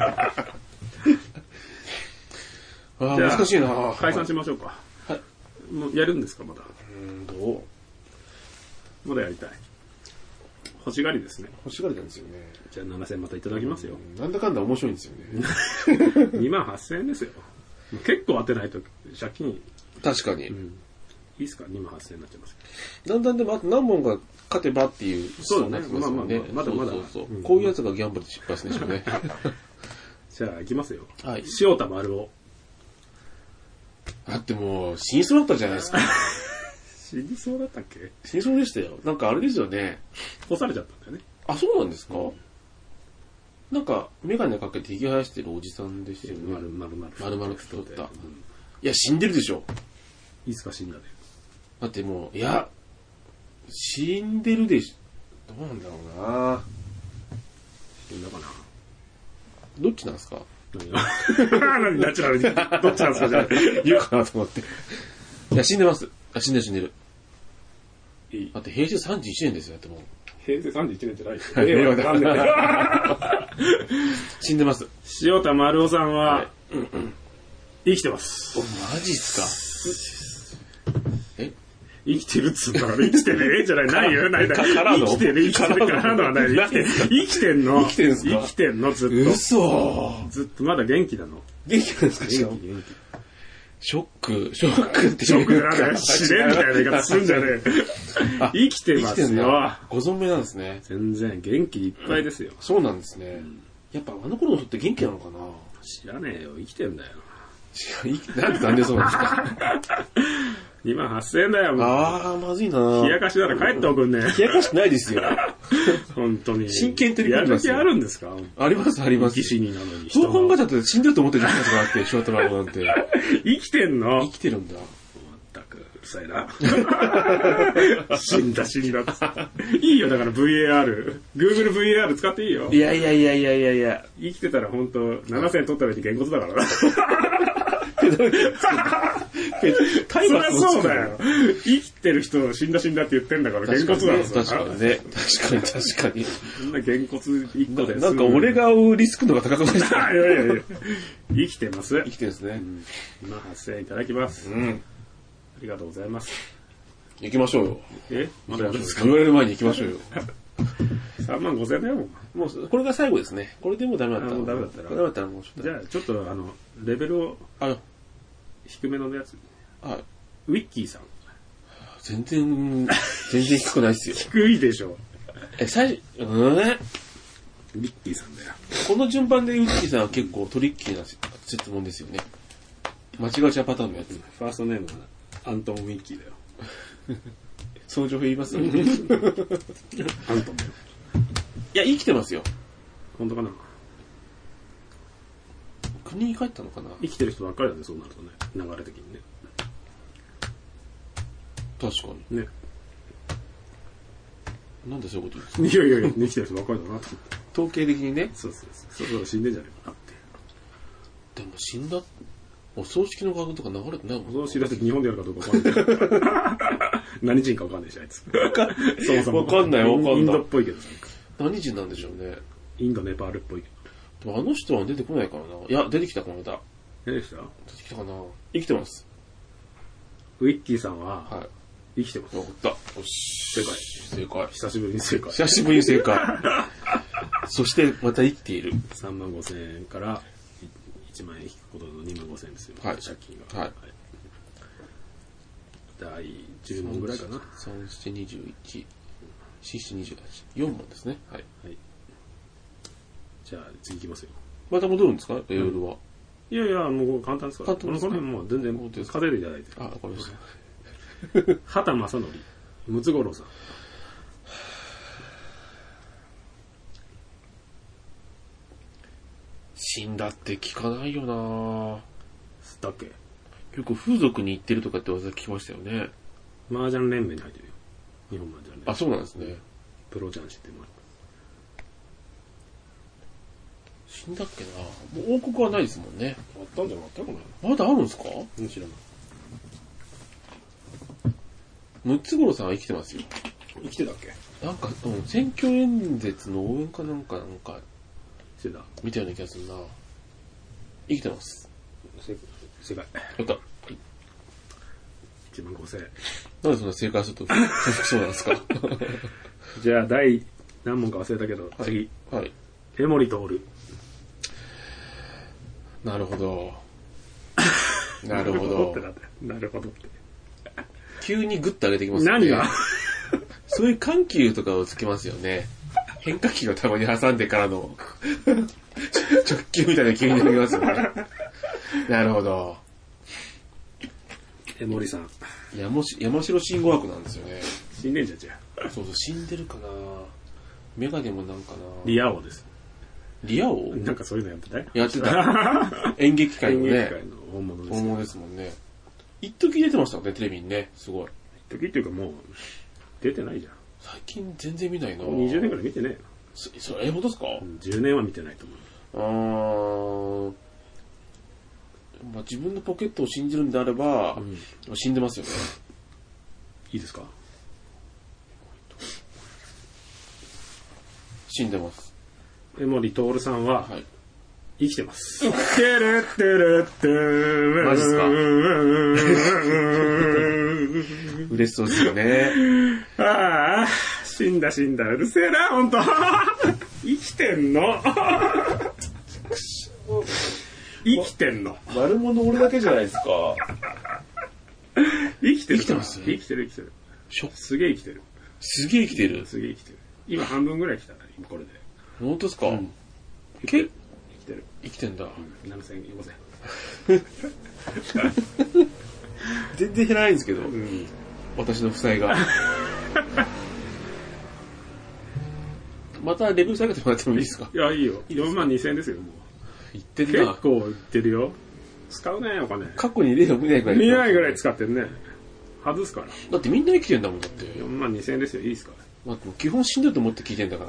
ああ、難しいな。 解散しましょうか。はい。もうやるんですか、まだ。 うん、どうまだやりたい。欲しがりですね。 欲しがりなんですよね。 じゃあななせんまたいただきますよ。 なんだかんだ面白いんですよね。 にまんはっせんえんですよ。結構当てないと借金。 確かに。 うん、いいですか ?にまんはっせんえんになっちゃいますけど。だんだんでもあと何問が勝てばっていう。 そうね。まあまあまあ、まだまだ。 そうそうそう、うん、こういうやつがギャンブルで失敗するんでしょうね。 じゃあ行きますよ。 はい。 塩田丸尾。 だってもう、死にそうだったじゃないですか。 死にそうだったっけ？ 死にそうでしたよ。なんかあれですよね。 干されちゃったんだよね。 あ、そうなんですか、うん、なんか、メガネかけてひげ生やしてるおじさんですよね。 丸々丸丸々太った。うん、いや、死んでるでしょ。 いつか死んだね。 だってもう、いや、死んでるでしょ。どうなんだろうな。 死んだかな。 どっちなんですか？ 何ナチュラルに。どっちなんですかじゃあ。 言うかなと思って。いや、死んでます。あ、死んでる死んでる。いい。だって平成さんじゅういちねんですよ、だってもう。 平成さんじゅういちねんじゃないですよ。令和なんで。 死んでます。 塩田丸尾さんは、はい、生きてます。 お、マジっすか。え生きてるっつうんだから生きてねえじゃない。ないよ、ないだ。生きてる、生きてるからのはない。生きて生きてんの。 生きてるんすか？ 生きてんの、ずっと。 嘘。 ずっとまだ元気なの。 元気なんですか？ 元気、元気。 ショック、ショックってショックでなんだよ。死ねみたいな言い方するんじゃねえ。生きてますよ。 ご存命なんですね。 全然元気いっぱいですよ。 そうなんですね。やっぱあの頃の人って元気なのかな？ 知らねえよ。生きてんだよ。 なんでなんでそうなんですか？ にまんはっせんえんだよ、もう。 ああ、まずいな。 冷やかしなら帰っておくんね。 冷やかしないですよ。 本当に。 真剣取り組んでますよ。 やる気あるんですか？ あります、あります。 生き死になのに。 そう考えたら死んでると思ってる人たちがあって、ショートラゴなんて。 生きてんの？ 生きてるんだ。 まったく、うるさいな。死んだ死んだっつって。いいよ、だから ブイエーアール。Google ブイエーアール 使っていいよ。 いやいやいやいやいやいや。 生きてたら本当ななせん取ったらにげんこつだからな。そりゃそうだよ。生きてる人死んだ死んだって言ってんだから、げんこつだろ。 確かにね。確かに確かに。 そんなげんこついっこで。 なんか俺が追うリスクのが高くないですか？ いやいやいや。生きてます。 生きてるんですね。 今はっせんえんいただきます。うん。ありがとうございます。 行きましょうよ。 えまだやるんですか？ 言われる前に行きましょうよ。 さんまんごせんえんだよ。 もう、これが最後ですね。これでもうダメだったら。 もうダメだったら。 ダメだったらもうちょっと。 じゃあ、ちょっと、あの、レベルを、あ低めのやつ。 はい。 ウィッキーさん。 全然、全然低くないっすよ。 低いでしょ。 え、最初、うんね。 ウィッキーさんだよ。 この順番でウィッキーさんは結構トリッキーな質問ですよね。間違えちゃうパターンのやつ。 ファーストネームはアントン・ウィッキーだよ。 その情報言いますアントンだよ。 いや、生きてますよ。 本当かな？ 国に帰ったのかな？ 生きてる人ばっかりだね、そうなるとね。流れ的にね。 確かに。 ね。 なんでそういうこと言うんですか？いやいやいや、生きてる人ばっかりだなと思って。 統計的にね。 そうそうそう。そろそろ死んでんじゃないかなって。 でも死んだ、お葬式の画像とか流れてないもん。 お葬式だって日本でやるかどうかわかんない。何人かわかんないし、あいつ。そもそも。 わかんない、わかんない。 インドっぽいけど。 何人なんでしょうね。 インド、ネパールっぽいけど。でもあの人は出てこないからな。いや、出てきた、この間。 出てきた？ 出てきたかな。生きてます。 ウィッキーさんは、 はい。 生きてます。 わかった。よし。正解。正解。 久しぶりに正解。 久しぶりに正解。そして、また生きている。 さんまんごせんえんからいちまんえん引くことのにまんごせんえんですよ。 はい。 借金が。 はい。 だいじゅうもんぐらいかな。 さん、よん、にじゅういち、よん、にじゅうはち。よんもんですね。はい。はい。 じゃあ、次行きますよ。 また戻るんですか？夜は。 いやいや、もう簡単ですから。 簡単ですか？ この辺もう全然、稼いでいただいて。 あ、わかりました。 畑正則、ムツゴロウさん。 死んだって聞かないよな。 だっけ？ よく風俗に行ってるとかって噂聞きましたよね。 麻雀連盟に入ってるよ。日本麻雀連盟。 あ、そうなんですね。 プロ雀士っていうのは。 死んだっけな。もう王国はないですもんね。 あったんじゃなかったかな。 まだあるんですか？ うん、知らない。 ムツゴロウさんは生きてますよ。 生きてたっけ？ なんか、うん、選挙演説の応援かなんかなんか、 してた。 見たような気がするな。生きてます。 正解。 やった。いちまんごせんえん。 なんでそんな正解すると不服そうなんですか？ じゃあ、第何問か忘れたけど、はい、次。 はい。 江森徹。 なるほど。なるほど。 なるほどって。 急にグッと上げてきますね。 何がそういう緩急とかをつけますよね。変化球をたまに挟んでからの直球みたいな急に上げますよね。なるほど。 江森さん。 山城慎吾枠なんですよね。 死んでんじゃん、じゃあ。 そうそう、死んでるかな。メガネもなんかな。 リア王です。 リア王なんかそういうのやってたよ。 やってた。演劇界のね。 演劇界の大物です。 大物ですもんね。一時出てましたね、テレビにね。すごい。 一時っていうかもう、出てないじゃん。 最近全然見ないな。 にじゅうねんくらい見てねえよ。 そ、それ、え、本当ですか？ じゅうねんは見てないと思う。あー、まあ、自分のポケットを信じるんであれば、うん、死んでますよね。 いいですか？ 死んでます。 江森徹さんは、はい、生きてます。てれってれってれ。 マジっすか？嬉しそうですよね。 ああ、死んだ死んだ。うるせえな、ほんと。生きてんの。生きてんの。 悪者俺だけじゃないですか。 生きてる。 生きてます？ 生きてる生きてる。すげえ生きてる。 すげえ生きてる。 すげえ生きてる。今半分ぐらい来たな、今これで。 本当ですか？うん、 生きてる。生きてる。 生きてんだ。 うん、ななせん、よんせん。 全然減らないんですけど、うん、私の負債が。またレベル下げてもらってもいいですか？ いや、いいよ。よんまんにせんえんですよ、もう。 言ってんな。 結構言ってるよ。使うね、お金。 過去に例を見ないぐらい。 見ないぐらい使ってるね。外すから。 だってみんな生きてんだもん、だって。 よんまんにせんえんですよ、いいですか？ まあ、基本死んでると思って聞いてんだから。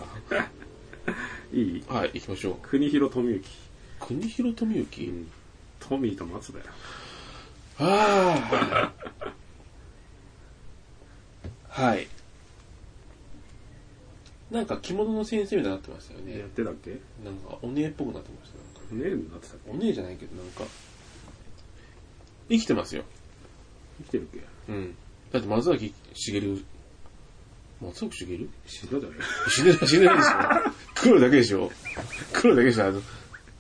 いい？ はい、行きましょう。 国広富之。 国広富之、うん、 トミーと松だよ。 ああ。はい。なんか着物の先生みたいになってましたよね。 やってたっけ？ なんかお姉っぽくなってました。 お姉になってたっけ？ お姉じゃないけど、なんか生きてますよ。 生きてるっけ？ うん。だって松崎しげる、松崎しげる？ 死んだだよ。 死んでない、死んでないですよ。黒だけでしょ。黒だけでしょ。あの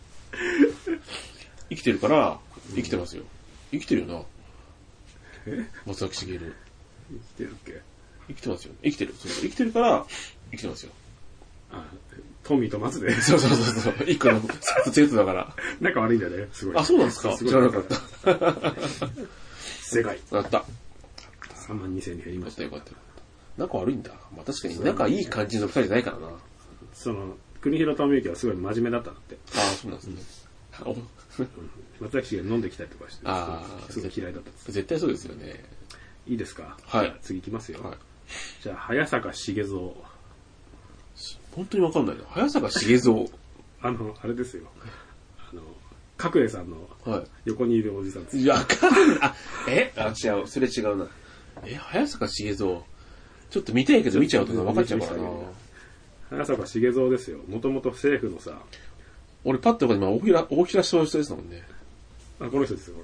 生きてるから生きてますよ。生きてるよな。 え？ 松崎しげる。 生きてるっけ？ 生きてますよ。生きてる。そうそう、生きてるから生きてますよ。 あ、トミーと松で。 そうそうそうそう。一個のセットだから。 仲悪いんだよね。すごい。 あ、そうなんですか？知らなかった。 正解。 やった。 さんまんにせんえんに減りました。 よかったよかった。仲悪いんだ。まあ確かに仲いい感じの二人じゃないからな。 その国広富之はすごい真面目だったんだって。 ああ、そうなんですね。 松崎氏が飲んできたりとかして、 あすごい嫌いだったんです。 絶対そうですよね。 いいですか？ はい。 次行きますよ。 はい。 じゃあ早坂茂蔵。 本当にわかんないな。早坂茂蔵。 あのあれですよ。あの角栄さんの横にいるおじさんです。 いや、かんあ、え、あ、違う、それ違うな。え、早坂茂蔵。ちょっと見たいけど見ちゃうと分かっちゃうからな。 早坂茂蔵ですよ。もともと政府のさ。 俺パッと今大平大平そういう人ですもんね。 あ、この人ですよ、これ。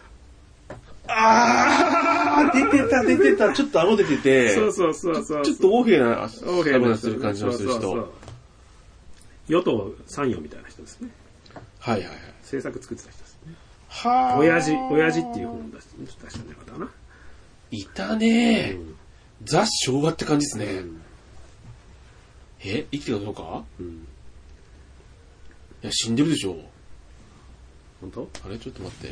あー出てた出てた。ちょっと顎出てて。 そうそうそうそう。 ちょっと大平な大平なする感じのする人。そうそうそう与党参与みたいな人ですね。 はいはいはい。 政策作ってた人ですね。 はあ。 親父親父っていう本を出して出したんじゃなかったかな。 いたねー。うん、ザ昭和って感じですね。うん、え生きてるかどうか？うん。いや死んでるでしょ。 本当？ あれちょっと待って。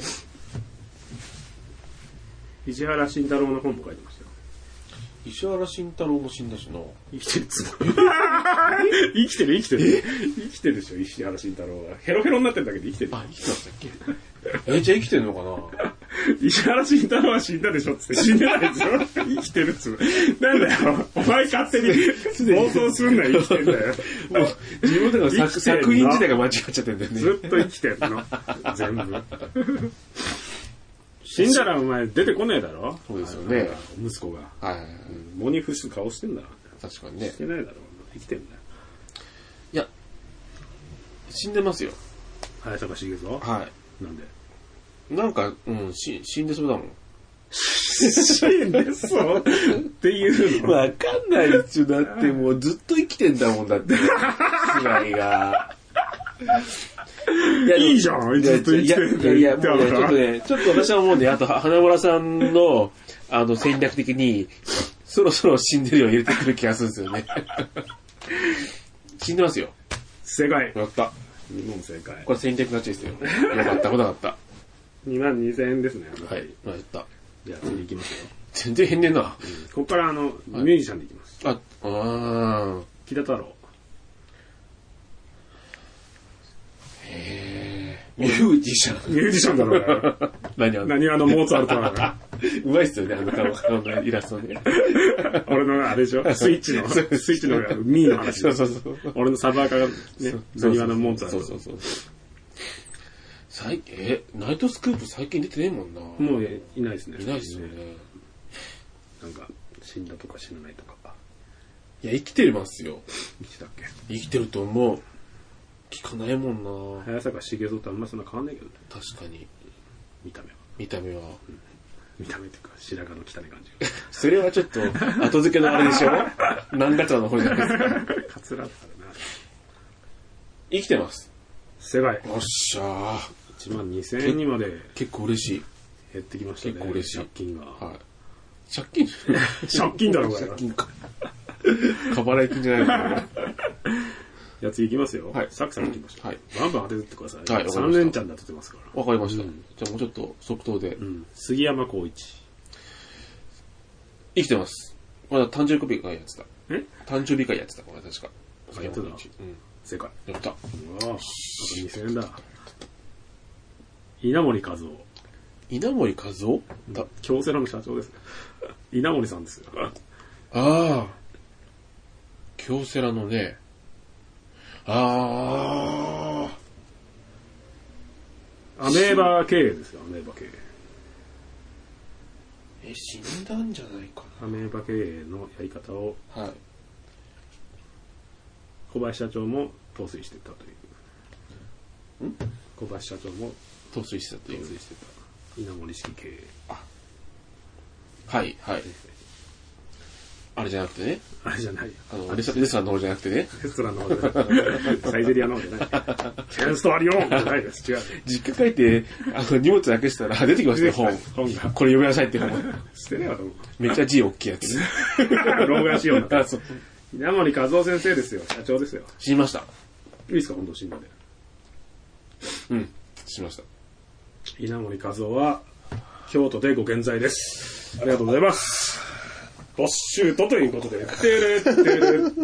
石原慎太郎の本も書いてましたよ。 石原慎太郎も死んだしな。 生きてるつもり。生きてる生きてる。生きてるでしょ、石原慎太郎は。ヘロヘロになってるだけで生きてる。 あ、生きてましたっけ？え、じゃあ生きてるのかな？ 石原慎太郎は死んだでしょっつって死んでないでしょ。生きてるっつう。なんだよ。お前勝手に妄想すんな生きてんだよ。もう自分の作, 作品自体が間違っちゃってんだよね。 ずっと生きてるの。全部。死んだらお前出てこねえだろ。 そうですよね。 息子が。 はいはいはい。 モニフス顔してんだ。 確かにね。 してないだろうな。生きてるんだよ。 いや、死んでますよ。 早坂茂蔵？ はい。 なんで？ なんか、うん、し死んでそうだもん。 死んでそうっていうの？ わかんないですよ。だってもうずっと生きてんだもんだって。菅井が。 いや、いいじゃん。ずっと生きてるんだよ。 いやいや、もうね、ちょっとね、ちょっと私は思うんで、あと、花村さんの、あの、戦略的に、そろそろ死んでるよう入れてくる気がするんですよね。死んでますよ。 正解。 やった。 に問正解。 これ戦略勝ちですよ。よかった、ほなかった。 にまんにせんえんですね。 はい。やった。 じゃあ次行きますよ。 全然変ねんな。うん、 ここからあの、ミュージシャンでいきます。 あ、あー。 木田太郎。 へー。ミュージシャン。 ミュージシャンだろうね。 何あの、 何あのモーツァルトなのか。 うまいっすよね、あの顔、顔のイラストね。 俺のあれでしょスイッチの、スイッチのミーの話。 そうそうそう。 俺のサブアカがね、何話のモーツァルト。 そうそうそう。最近、え、ナイトスクープ最近出てねえもんな。 もういないですね。 いないですよね。 なんか、死んだとか死なないとか。 いや、生きてますよ。 生きてたっけ？ 生きてると思う。聞かないもんな。 早坂茂蔵とあんまそんな変わんないけどね。 確かに。 見た目は。 見た目は。 うん、見た目っていうか、白髪の汚い感じが。 それはちょっと、後付けのあれでしょ何月の方じゃないですか。 カツラだからな。 生きてます。 正解。 よっしゃー。 いちまんにせんえんにまで結構嬉しい。 減ってきましたね。 結構嬉しい。 借金が。 はい。借金借金だろ、これ。 借金か。過払い金じゃないのかな。 じゃあ次行きますよ。 はい。 サクサク行きましょう。はい。バンバン当ててってください。 はい。 さん連チャンで当ててますから。 わかりました。じゃあもうちょっと即答で。 うん。杉山浩一。 生きてます。まだ誕生日会やってた。 え誕生日会やってた、これ確か。 やってた。うん。正解。 やった。うわあ、あとにせんえんだ。稲森和夫。 稲森和夫だ。京セラの社長ですね。稲森さんですよ。 ああ。京セラのね。ああ。アメーバ経営ですよ、アメーバ経営。 え、死んだんじゃないかな。アメーバ経営のやり方を、 はい。 小林社長も陶酔してたという。 ん小林社長も陶酔してたという。 陶酔してた。稲森式経営。 あ。はい、はい。あれじゃなくてね。 あれじゃない。 あの、レストランの方じゃなくてね。 レストランの方じゃなくて。サイゼリアの方じゃない。チェーンストアリオンじゃないです。違う。 実家帰って、あの、荷物なくしたら出てきましたよ、本。 本が。 これ読みなさいって本。 捨てねえわと思う。 めっちゃ字大きいやつ。 老眼仕様な。稲森和夫先生ですよ。社長ですよ。 死にました。いいですか、本当死んだで。 うん。死にました。 稲森和夫は、京都でご健在です。ありがとうございます。ボッシュートということで、てれってれって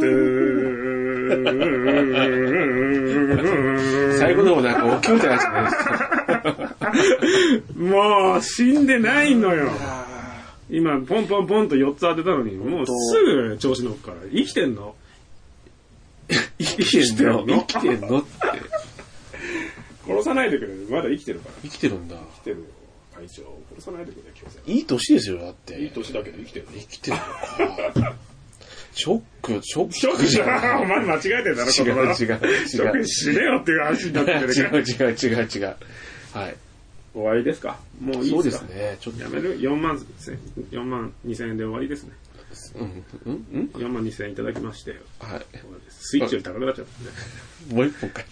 ー最後の方なんか大きいみたいなやつじゃないですか。 もう、死んでないのよ。今、ポンポンポンとよっつ当てたのに、もうすぐ調子乗っから。生きてんの生きてんの生きてんのって。 殺さないでくれ。まだ生きてるから。 生きてるんだ。 生きてるよ。会長。殺さないでくれ、今日。 いい年ですよ、だって。 いい年だけど生きてる。 生きてるのか。ショック、ショック。 ショックじゃん。お前間違えてんだろ、 違う違う違う。ショック死ねよっていう話になってるから。違う違う違う違う。はい。 終わりですか？もういいですか？ そうですね。ちょっとやめる？ よんまん、よんまんにせんえんで終わりですね。 うん、うんうん ?よん万にせんえんいただきまして。 はい。 スイッチより高くなっちゃったんで。もう一本かい。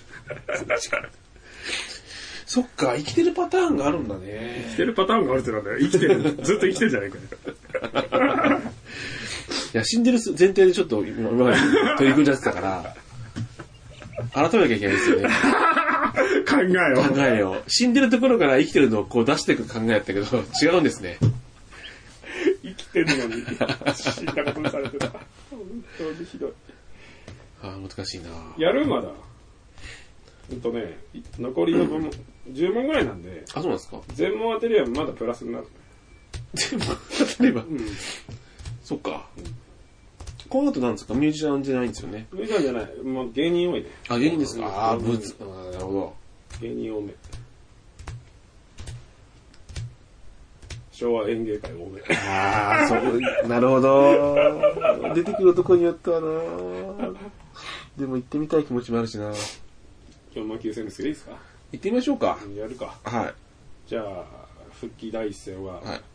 そっか、生きてるパターンがあるんだね。 生きてるパターンがあるってなんだよ。生きてる。ずっと生きてるじゃないかよ。 いや、死んでる前提でちょっと今まで取り組んじゃってたから、改めなきゃいけないですよね。 考えよう。 考えよう。死んでるところから生きてるのをこう出していく考えやったけど、違うんですね。 生きてるのに死んだことにされてた。本当にひどい。 ああ、難しいな。 やるまだ。ほんとね、残りのご問、じゅう問ぐらいなんで。 あ、そうなんですか。 全問当てればまだプラスになる。 全問当てれば、うん、そっか。うん、この後なんですか、ミュージシャンじゃないんですよね。 ミュージシャンじゃない。もう芸人多いね。 あ、芸人ですか。ああ、ぶつ、ああ、なるほど。 芸人多め。 昭和演芸会多め。 ああ、そう、なるほど。出てくる男によってはな。でも行ってみたい気持ちもあるしな。 よんまんきゅうせんですけどいいですか？ 行ってみましょうか。 やるか。 はい。 じゃあ、復帰第一戦は、 はい。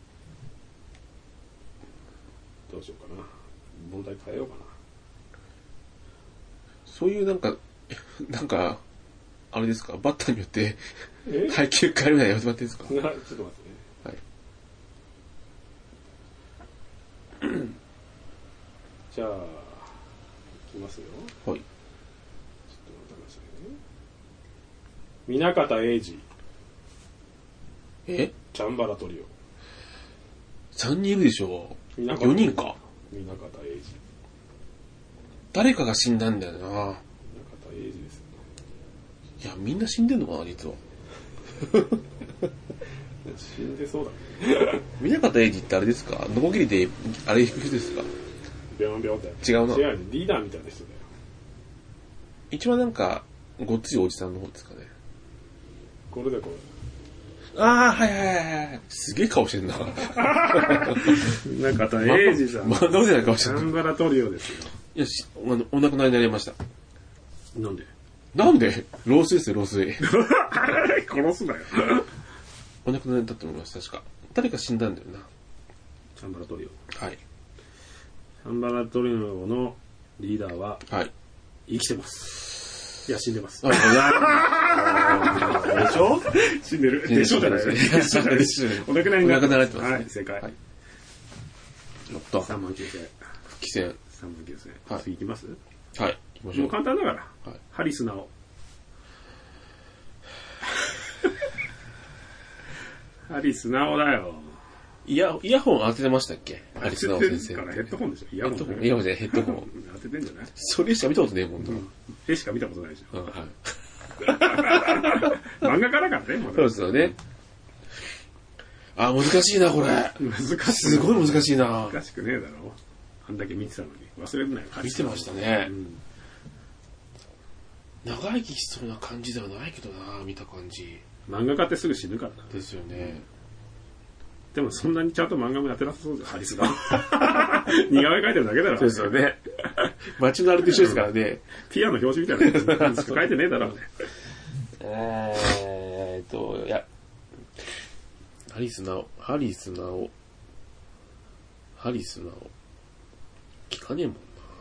どうしようかな。問題変えようかな。 そういうなんか、なんか、あれですか、バッターによって、 え配球変えるのはやめてもらっていいですか？ ちょっと待ってね。 はい。 じゃあ、いきますよ。 はい。 ちょっと待ってくださいね。南方英二。 えチャンバラトリオ。 さんにんいるでしょう。よにんか。 南方英二。 誰かが死んだんだよな。 南方英二ですよ。 いや、みんな死んでんのかな、実は。 死んでそうだね。 南方英二ってあれですか？ノコギリで、あれ弾く人ですか？ ビョンビョンって。 違うな。 違うね。リーダーみたいな人だよ。 一番なんか、ごっついおじさんの方ですかね。 これだよ、これ。 ああ、はいはいはいはい。すげえ顔してんな。 南方英二さん。 漫画みたいな顔してんな。 チャンバラトリオですよ。 いや、しお、お亡くなりになりました。 なんでなんで老衰ですよ、老衰。 殺すなよ。 お亡くなりだったと思います、確か。誰か死んだんだよな。 チャンバラトリオ。 はい。 チャンバラトリオのリーダーは、 はい。 生きてます。いや、死んでます。 あ、でしょ死んでる。でしょじゃない。でしょじゃない。お亡くなりになってます。 お亡くなりになってますねはい、正解。 はいやった。 さんまんきゅうせん。 復帰戦。 さんまんきゅうせん。 はい次行きます？ はい。行きましょう。 もう簡単だから。 はいハリスナオ。ハリスナオだよ。 イヤ、イヤホン当ててましたっけ？ハリスナオ先生。 当ててるからヘッドホンでしょ。イヤホンヘッドホン、イヤホンじゃない、ヘッドホン。 当ててんじゃない？ それしか見たことねえもんな。 うん。絵しか見たことないでしょ。 うん、はい。 漫画家だからね、まだそうですよね。あ、難しいな、これ。 難しい。 すごい難しいな。 難しくねえだろ。あんだけ見てたのに。忘れるなよ。 見てましたねう。ん。 長生きしそうな感じではないけどな、見た感じ。 漫画家ってすぐ死ぬからな。 ですよね。 でもそんなにちゃんと漫画もやってなさそうじゃん、ハリスが。似顔絵描いてるだけだろ。 そうですよね。街のあれと一緒ですからね。 ピアノ表紙みたいなやつしか描いてねえだろうね。 えーっと、いや、ハリスナオ、ハリスナオ、ハリスナオ、聞かねえもんな。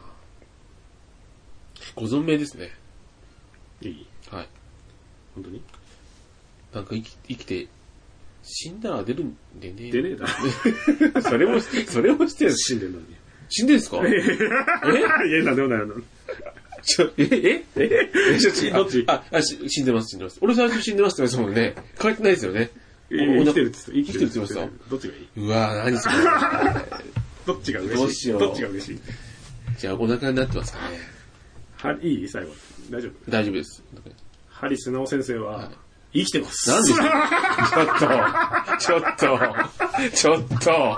ご存命ですね。 いい？ はい。 本当に？ なんか生き、生きて、死んだら出るんでね。 出ねえだろ。 それも、それもしてる。 死んでるのに。 死んでるんですか？ えいや、なんでもないの。 ちょ、え、えええちょ、ちどっちあ、あ、し死んでます、死んでます。俺最初死んでますって言われてたもんね。変わってないですよね。 生きてるって言ってた。 生きてるって言ってました。 どっちがいいうわぁ、何それ。 どっちが嬉しいどうしようどっちが嬉しいじゃあ、お腹になってますかね。 は、いい最後。大丈夫大丈夫です。 ハリスナオ先生は、 はい生きてます。 なんでちょっと、ちょっと、ちょっと。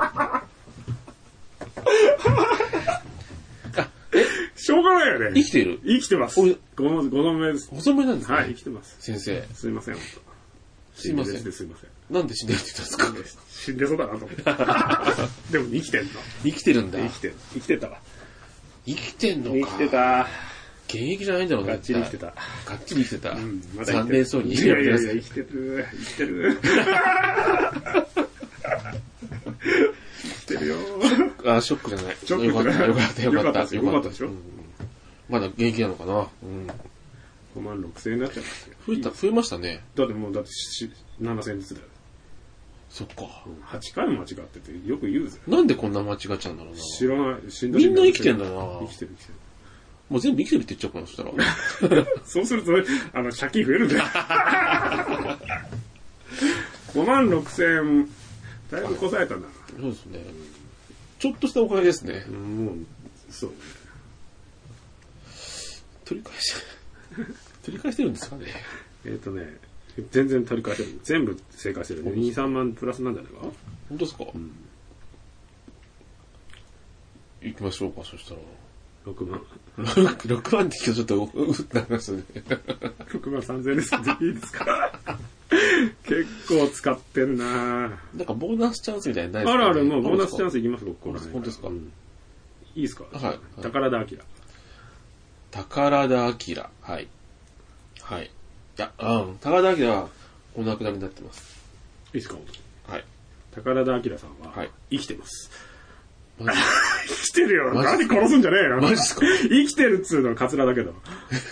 しょうがないよね。 生きてる？ 生きてます。 おごの、ごの目です。 細めなんですか？ はい、生きてます。 先生。 すいません、本当。 すいません。 すいません。 なんで死んでるって言ったんですか？ 死んでそうだなと思って。でも生きてんの。 生きてるんだ。 生きてる。生きてたわ。 生きてんのか。 生きてた。 現役じゃないんだろうな。 がっちり生きてた。 がっちり生きてた。 うん、まだ残念そうにいやいやいや、生きてる。生きてる。生きてるよ。 あ、ショックじゃない。 ショックよかった、よかった、よかった。 よかったよかったでしょ。 まだ現役なのかな。うん。 ごまんろくせんえんになっちゃいますよ。 増えた、増えましたね。 だってもう、だってななせんえんずつだよ。 そっか。 はちかいも間違っててよく言うぜ。 なんでこんな間違っちゃうんだろうな。 知らない。死んだみんな生きてんだな。 生きてる生きてる。 もう全部生きてるって言っちゃうかな、そしたら。 そうすると、あの、借金増えるんだよ。ごまんろくせんえん、だいぶこさえたんだな。 そうですね。ちょっとしたお金ですね。 うん、もう、そうね。 取り返し、取り返してるんですかね。 えっとね、全然取り返せる。全部正解してるね。に、さんまんプラスなんじゃないか？ 本当ですか？ うん。 行きましょうか、そしたら。 ろくまん。 ろくまんって聞くとちょっと、う、うってなりますよね。 ろくまんさんぜんえんです。いいですか？ 結構使ってんな。 なんかボーナスチャンスみたいなのないですか、ね、 あるある、もうボーナスチャンスいきます、ここら本当ですか、うん、 いいですか。 はい。 宝田明。 宝田明。はい。はい。いや、うん。宝田明はお亡くなりになってます。 いいですか。 はい。 宝田明さんは、はい、生きてます。 マジ生きてるよ。何殺すんじゃねえよ。 マジですか。 生きてるっつうのはカツラだけど。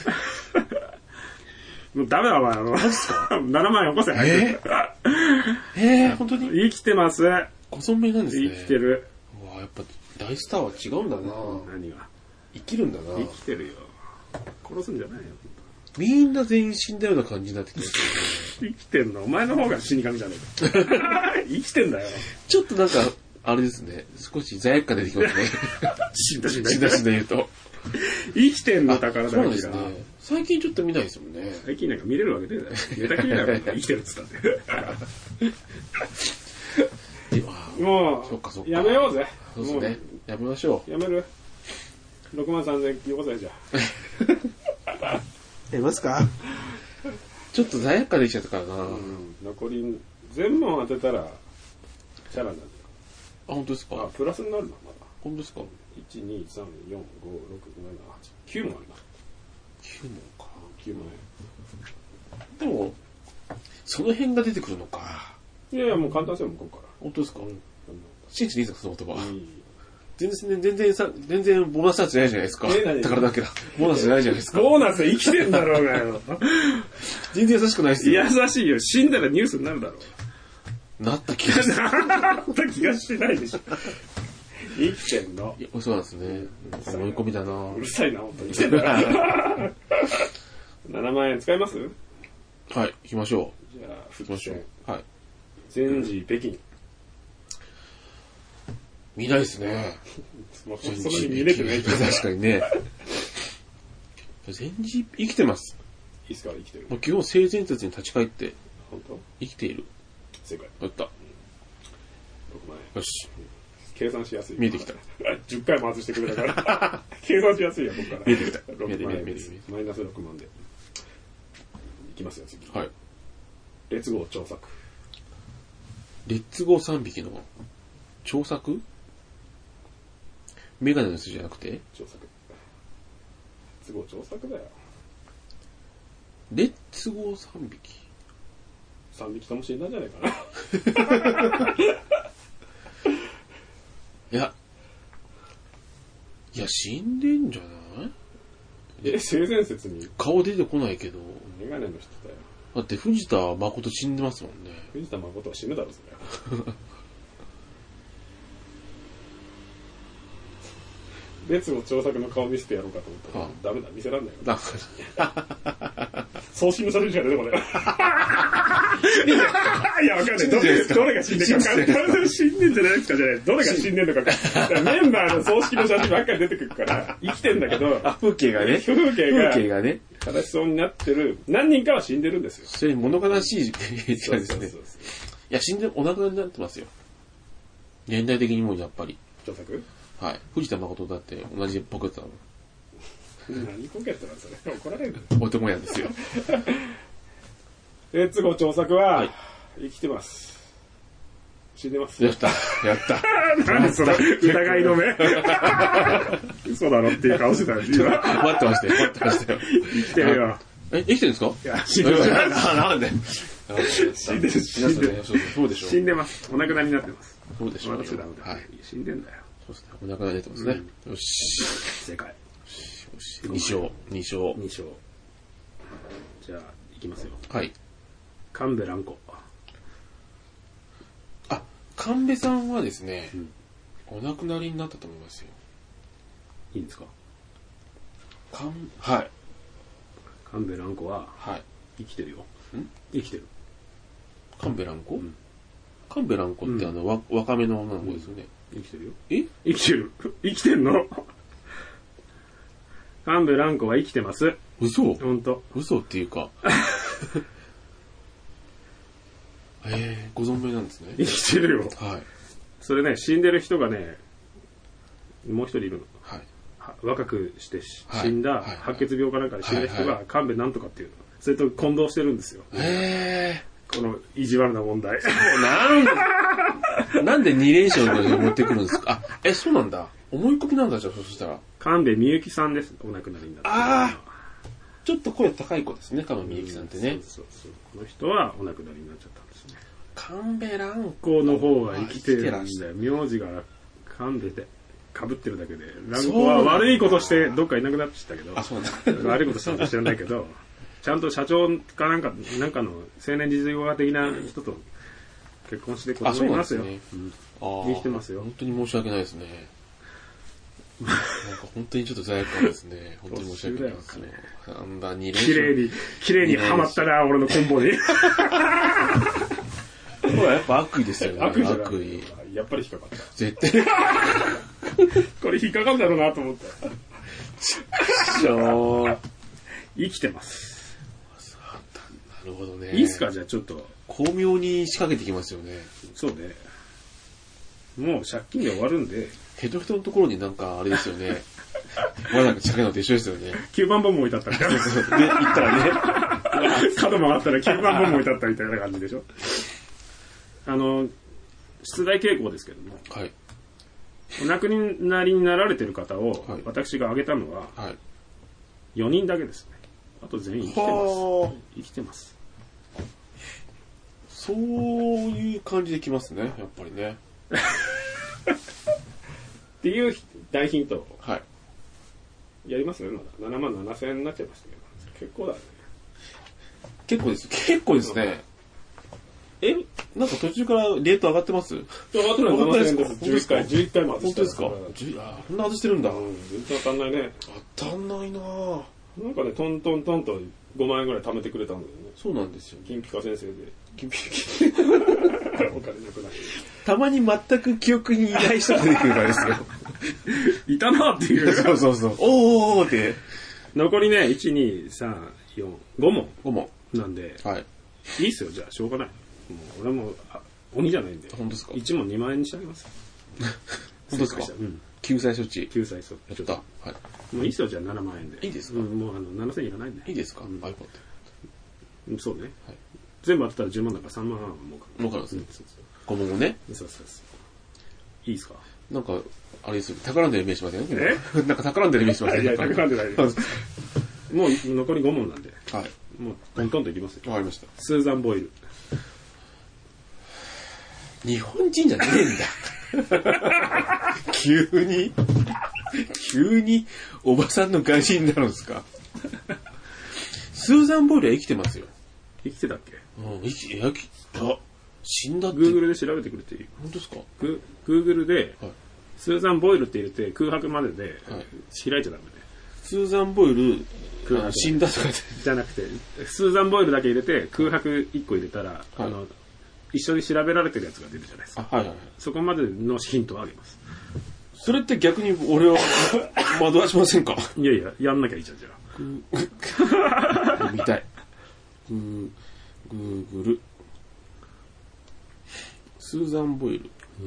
もうダメだわ、あの。 マジですか。 ななまんよこせ。 えー、えー、本当に生きてます。 ご存命なんですね。 生きてる。 うわ、やっぱ大スターは違うんだな。 何が生きるんだな。 生きてるよ。殺すんじゃないよ。 みんな全員死んだような感じになってきましたね。生きてんのお前の方が死に神じゃねえか。生きてんだよ。 ちょっとなんか、あれですね。少し罪悪感出てきますね。 死んだ死んだ。 死んだ死んだ言うと。 生きてんの宝田明。 そうですね。最近ちょっと見ないですもんね。 最近なんか見れるわけねえだよ。寝たきりだよ。生きてるっつったって。もう、そっかそっかやめようぜ。 そうですね。やめましょう。やめる ?ろくまんさんぜんよこせじゃあ。 やりますかちょっと罪悪感できちゃったからな、 うん、残り全問当てたらチャラになる。 あ、本当ですか。 あ、プラスになるな、まだ。 本当ですか。 いち、に、さん、よん、ご、ろく、なな、はち、きゅう問あるな。 きゅう問か。 きゅう問でもその辺が出てくるのか。 いやいや、もう簡単ですよ、向こうから。 本当ですか。 うん、 信じていいですか、その言葉。いい全然、全然さ、全然ボーナスチャンスないじゃないですか。宝だけだ。ボーナスじゃないじゃないですか。 ボーナス生きてんだろうがよ。 全然優しくないですよ。 優しいよ。死んだらニュースになるだろう。なった気がする。 なった気がしないでしょ。生きてんの。 いや、そうなんですね。思い込みだな。 うるさいな、本当に。生きてんだよ。ななまん円使います？ はい、行きましょう。じゃあ、 行きましょう。はい。 全治北京。 見ないですね。 そんなに見れてないけど。 確かにね。全治生きてます。 いいっすか、生きてる。 もう基本性善説に立ち返って、 本当？ 生きている。 正解。 やった。ろくまん円。 よし。 計算しやすい。 見えてきた。 じゅっかいも外してくれたから。計算しやすいよ、ここから。 見えてきた。 ろくまん円です。マイナスろくまんで。いきますよ、次。 はい。 列号調作。 列号さんびきの調作？メガネのやつじゃなくて？ 調作。列号調作だよ。 列号さんびき。 さんびきとも死んだんじゃないかな。 いや、いや、死んでんじゃない？ え、性善説に顔出てこないけど。 メガネの人だよ。 だって藤田誠死んでますもんね。 藤田誠は死ぬだろ、それ。列の調作の顔見せてやろうかと思ったら、はあ、ダメだ、見せらんないよ。葬式の写真しか出てこない。いや、わかんない。どれ、どれが死んでるか分かんない。死んでんじゃないですかじゃない。どれが死んでんのかか。メンバーの葬式の写真ばっかり出てくるから、生きてんだけど、 あ、風景がね。 風景が、 風景がね。 悲しそうになってる。何人かは死んでるんですよ。 それ物悲しいですね。いや、死んで、お亡くなりになってますよ。現代的にもやっぱり。 調作？ はい。藤田誠だって同じポケットなの。 何ポケットなんそれ。怒られる男やんですよ。 列号調作は、はい、生きてます。死んでます。 やった。やった。 何それ疑いの目嘘だろっていう顔してたよ。今待ってましたよ。待ってましたよ。 生きてるよ。 え、生きてるんですか？ いや、死んでる。 なんで死んでる。死んでる。 そうでしょう。 死んでます。お亡くなりになってます。 そうでしょう。 はい。死んでんだよ。 そうですね。お亡くなりになってますね。よし。 正解。 に勝。に勝。 に勝。じゃあ、いきますよ。 はい。 神戸蘭子。 あ、神戸さんはですね、うん、お亡くなりになったと思いますよ。 いいんですか？ 神、はい。 神戸蘭子は、 はい。 生きてるよ。 ん？ 生きてる。 神戸蘭子？ うん、 神戸蘭子ってあの、わ、若めの女の子ですよね。 うん、生きてるよ。 え？ 生きてる。生きてんの？神戸蘭子は生きてます。 嘘？ ほんと。 嘘っていうか。えー、ご存命なんですね。 生きてるよ。 はい。 それね、死んでる人がね、もう一人いるの。 はい。 若くして死んだ、白血病かなんかで死んだ人が神戸なんとかっていうの。それと混同してるんですよ。 へこの意地悪な問題。 なんで、なんでに連勝で持ってくるんですか。あ、え、そうなんだ。思い込みなんだ、じゃあ、そしたら。 神戸みゆきさんです。お亡くなりになった。 ああ。ちょっと声高い子ですね、神戸みゆきさんってね。 そうそうそう。この人はお亡くなりになっちゃったんですね。 神戸蘭子の方が生きてるんだよ。名字が神戸で被ってるだけで。蘭子は悪いことしてどっかいなくなっちゃったけど。 あ、そうなんだ。 悪いことしたか知らないけど、ちゃんと社長かなんか、なんかの青年実業家的な人と結婚して子供いますよ。 ね、うん、 生きてますよ。 本当に申し訳ないですね。なんか本当にちょっと罪悪感ですね。本当に申し訳ないですね。なんだ、に連綺麗に、綺麗にはまったな、俺のコンボに。 これはやっぱ悪意ですよね。 悪意じゃない。 悪意。 やっぱり引っかかった。 絶対。 これ引っかかるだろうなと思った。 しょー。 生きてます。 なるほどね。 いいっすか、じゃあちょっと。 巧妙に仕掛けてきますよね。 そうね。もう借金で終わるんで。 ヘトヘトのところになんかあれですよね。まだなんか仕掛けのと一緒ですよね。 きゅうばんボンも置いてあったみたいな。 で、行ったらね。 角曲がったらきゅうばんボンも置いてあったみたいな感じでしょ。あの、出題傾向ですけども。 はい。 お亡くなりになられてる方を、 はい、 私が挙げたのは、 はい、 よにんだけですね。あと全員生きてます。生きてます。 そういう感じできますね、やっぱりね。 っていう大ヒントを、 はい、 やりますね、まだ。ななまんななせんえんになっちゃいましたけど。結構だね。 結構です。結構ですね。え、なんか途中からレート上がってます？ 上がってない。ななせんえんです。じゅういっかい、じゅういっかいも本当ですか？あ、こんな外してるんだ。 うん、全然当たんないね。 当たんないなぁ。 なんかね、トントントンとごまんえんぐらい貯めてくれたんだよね。 そうなんですよ。 金ピカ先生で。 金ピカ。 お金なくなって。 たまに全く記憶にいない人が出てくるからですよ。 いたなっていう。 そうそうそう。おーおーって。 残りね、いち、に、さん、よん、ご問。 ご問。 なんで、 はい。 いいっすよ、じゃあ、しょうがない。もう俺もあ鬼じゃないんで。 本当ですか？ いち問にまんえんにしてあげます。 本当ですか？うん。救済措置。 救済措置。 やった。はい。 もういいっすよ、じゃあななまんえんで。 いいですか？ うん、もうあの、ななせんいらないんで。 いいですか？ うん、 あ、よかった。 そうね。はい。全部当てたらじゅうまんだからさんまんはんは儲かる。 儲かるんですね。 そうそう。 ご問もね。 そうそうそう。いいっすか？ なんか、あれですよ。企んでるイメージしません？ えなんか企んでるイメージしません？ いや、企んでない。もう残りご問なんで。 はい。 もうトントンといきますよ。 わかりました。 スーザン・ボイル。 日本人じゃねえんだ。急に急におばさんの外人になるんですか？スーザン・ボイルは生きてますよ。 生きてたっけ？ うん、生き、いや、あ、死んだって。 Google で調べてくれていい？ 本当ですか？ グ Google で、はい、スーザン・ボイルって入れて空白までで、 はい、 開いちゃダメね。 スーザン・ボイル、空白死んだとかじゃなくて、スーザン・ボイルだけ入れて空白いっこ入れたら、はい、あの、一緒に調べられてるやつが出るじゃないですか。 あ、はいはいはい。そこまでのヒントをあげます。 それって逆に俺は惑わしませんか？ いやいや、やんなきゃいいじゃん、じゃあ。見たい。グー、グーグル。スーザン・ボイル。うん、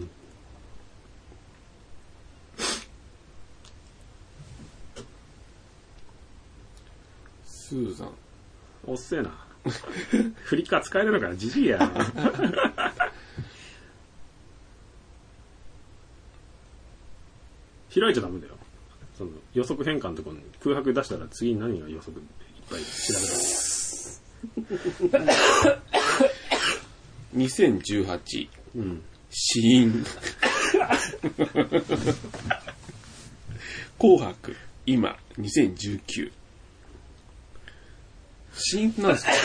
スーザン。 おっせえな。フリッカー使えるのかな、じじいや。開いちゃダメだよ。その予測変換のところに空白出したら次に何が予測いっぱい調べられる。 にせんじゅうはち、 うん、 死因紅白今にせんじゅうきゅう死因って何ですか？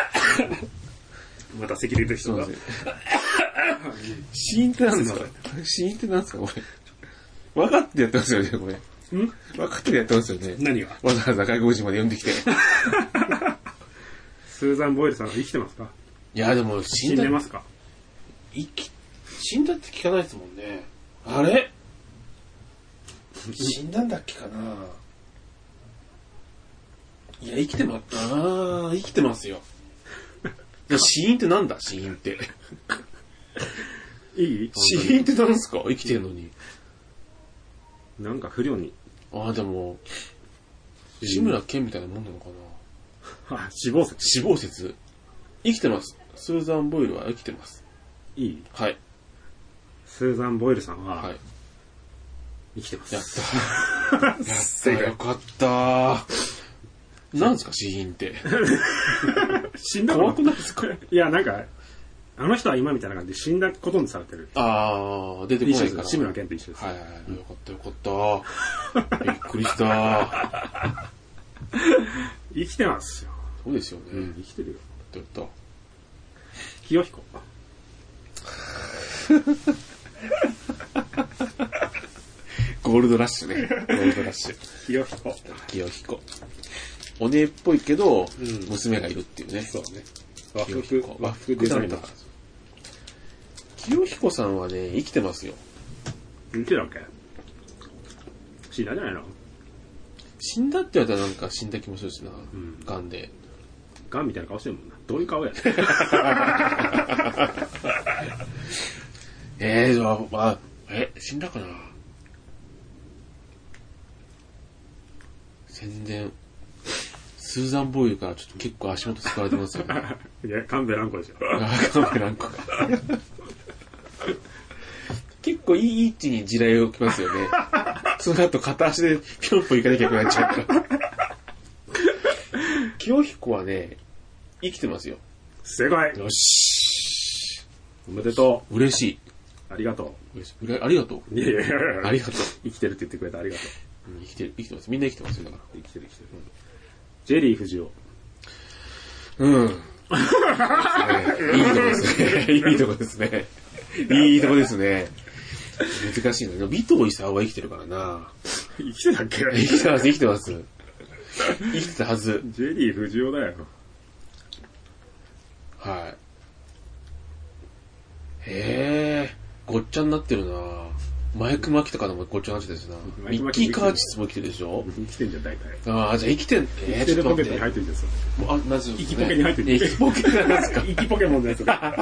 またセキュリティ人が死因って何ですか？死因って何ですかこれ？分かってやってますよねこれ。ん？分かってやってますよね。 何が？ わざわざ外国人まで呼んできて。 スーザン・ボイルさんは生きてますか？ いやでも死んだ。 死んでますか？ 生き、死んだって聞かないですもんね。あれ？死んだんだっけかな。いや生きてます。ああ生きてますよ。死因ってなんだ？死因って。 いい？ 死因って何ですか？生きてるのに。 なんか不良に。 ああでも志村けんみたいなもんなのかな。 あ、死亡説。 死亡説。生きてます。 スーザン・ボイルは生きてます。 いい？ はい。 スーザン・ボイルさんは、はい、生きてます。 やったやったよかったなんですか死因って死んだ怖くないですか？ いやなんかあの人は今みたいな感じで死んだことにされてる。 ああ出てこないから。 志村けんと一緒です。 はいはいはい、うん、よかったよかったびっくりした生きてますよ。 そうですよね、 うん、生きてるよ。 やったやった清彦ゴールドラッシュね。ゴールドラッシュ。 清彦。 清彦。お姉っぽいけど、うん、娘がいるっていうね。 そうね。和服、和服デザイナー。 清彦さんはね、生きてますよ。 生きてるわけ？死んだんじゃないの？ 死んだって言われたらなんか死んだ気もするしな。うん、ガンで。 ガンみたいな顔してるもんな。どういう顔やねん。 えー、まあ、え、死んだかな？全然、スーザン・ボイルからちょっと結構足元使われてますよね。 いや、カンベランコでしょ。 カンベランコか。結構いい位置に地雷を置きますよね。その後片足でピョンポン行かなきゃいけなくなっちゃうから。清彦はね、生きてますよ。 正解。 よし。 おめでとう。 嬉しい。 ありがとう。嬉しい。ありがとう。 いやいやいやありがとう。 生きてるって言ってくれてありがとう。 うん、生きてる、生きてます。みんな生きてますよ、だから。 生きてる生きてる。うん、ジェリー藤尾。 うん。いいとこですね。いいとこですね。いいとこですね。難しいな。でも、尾藤勲は生きてるからな。 生きてたっけ？ 生きてます、生きてます。生きてたはず。 ジェリー藤尾だよ。 はい。へえ、ごっちゃになってるな。マイク・マキとかでもごっちゃになってるしな。ミッキー・カーチスも生きてるでしょ？ 生きてんじゃん、大体。 ああ、じゃあ生きてん、 えー、生きてるポケットに入ってるんですよ。 あ、なぜ、 ね、生きポケに入ってる。 生きポケなんですか？ 生きポケモンのやつが。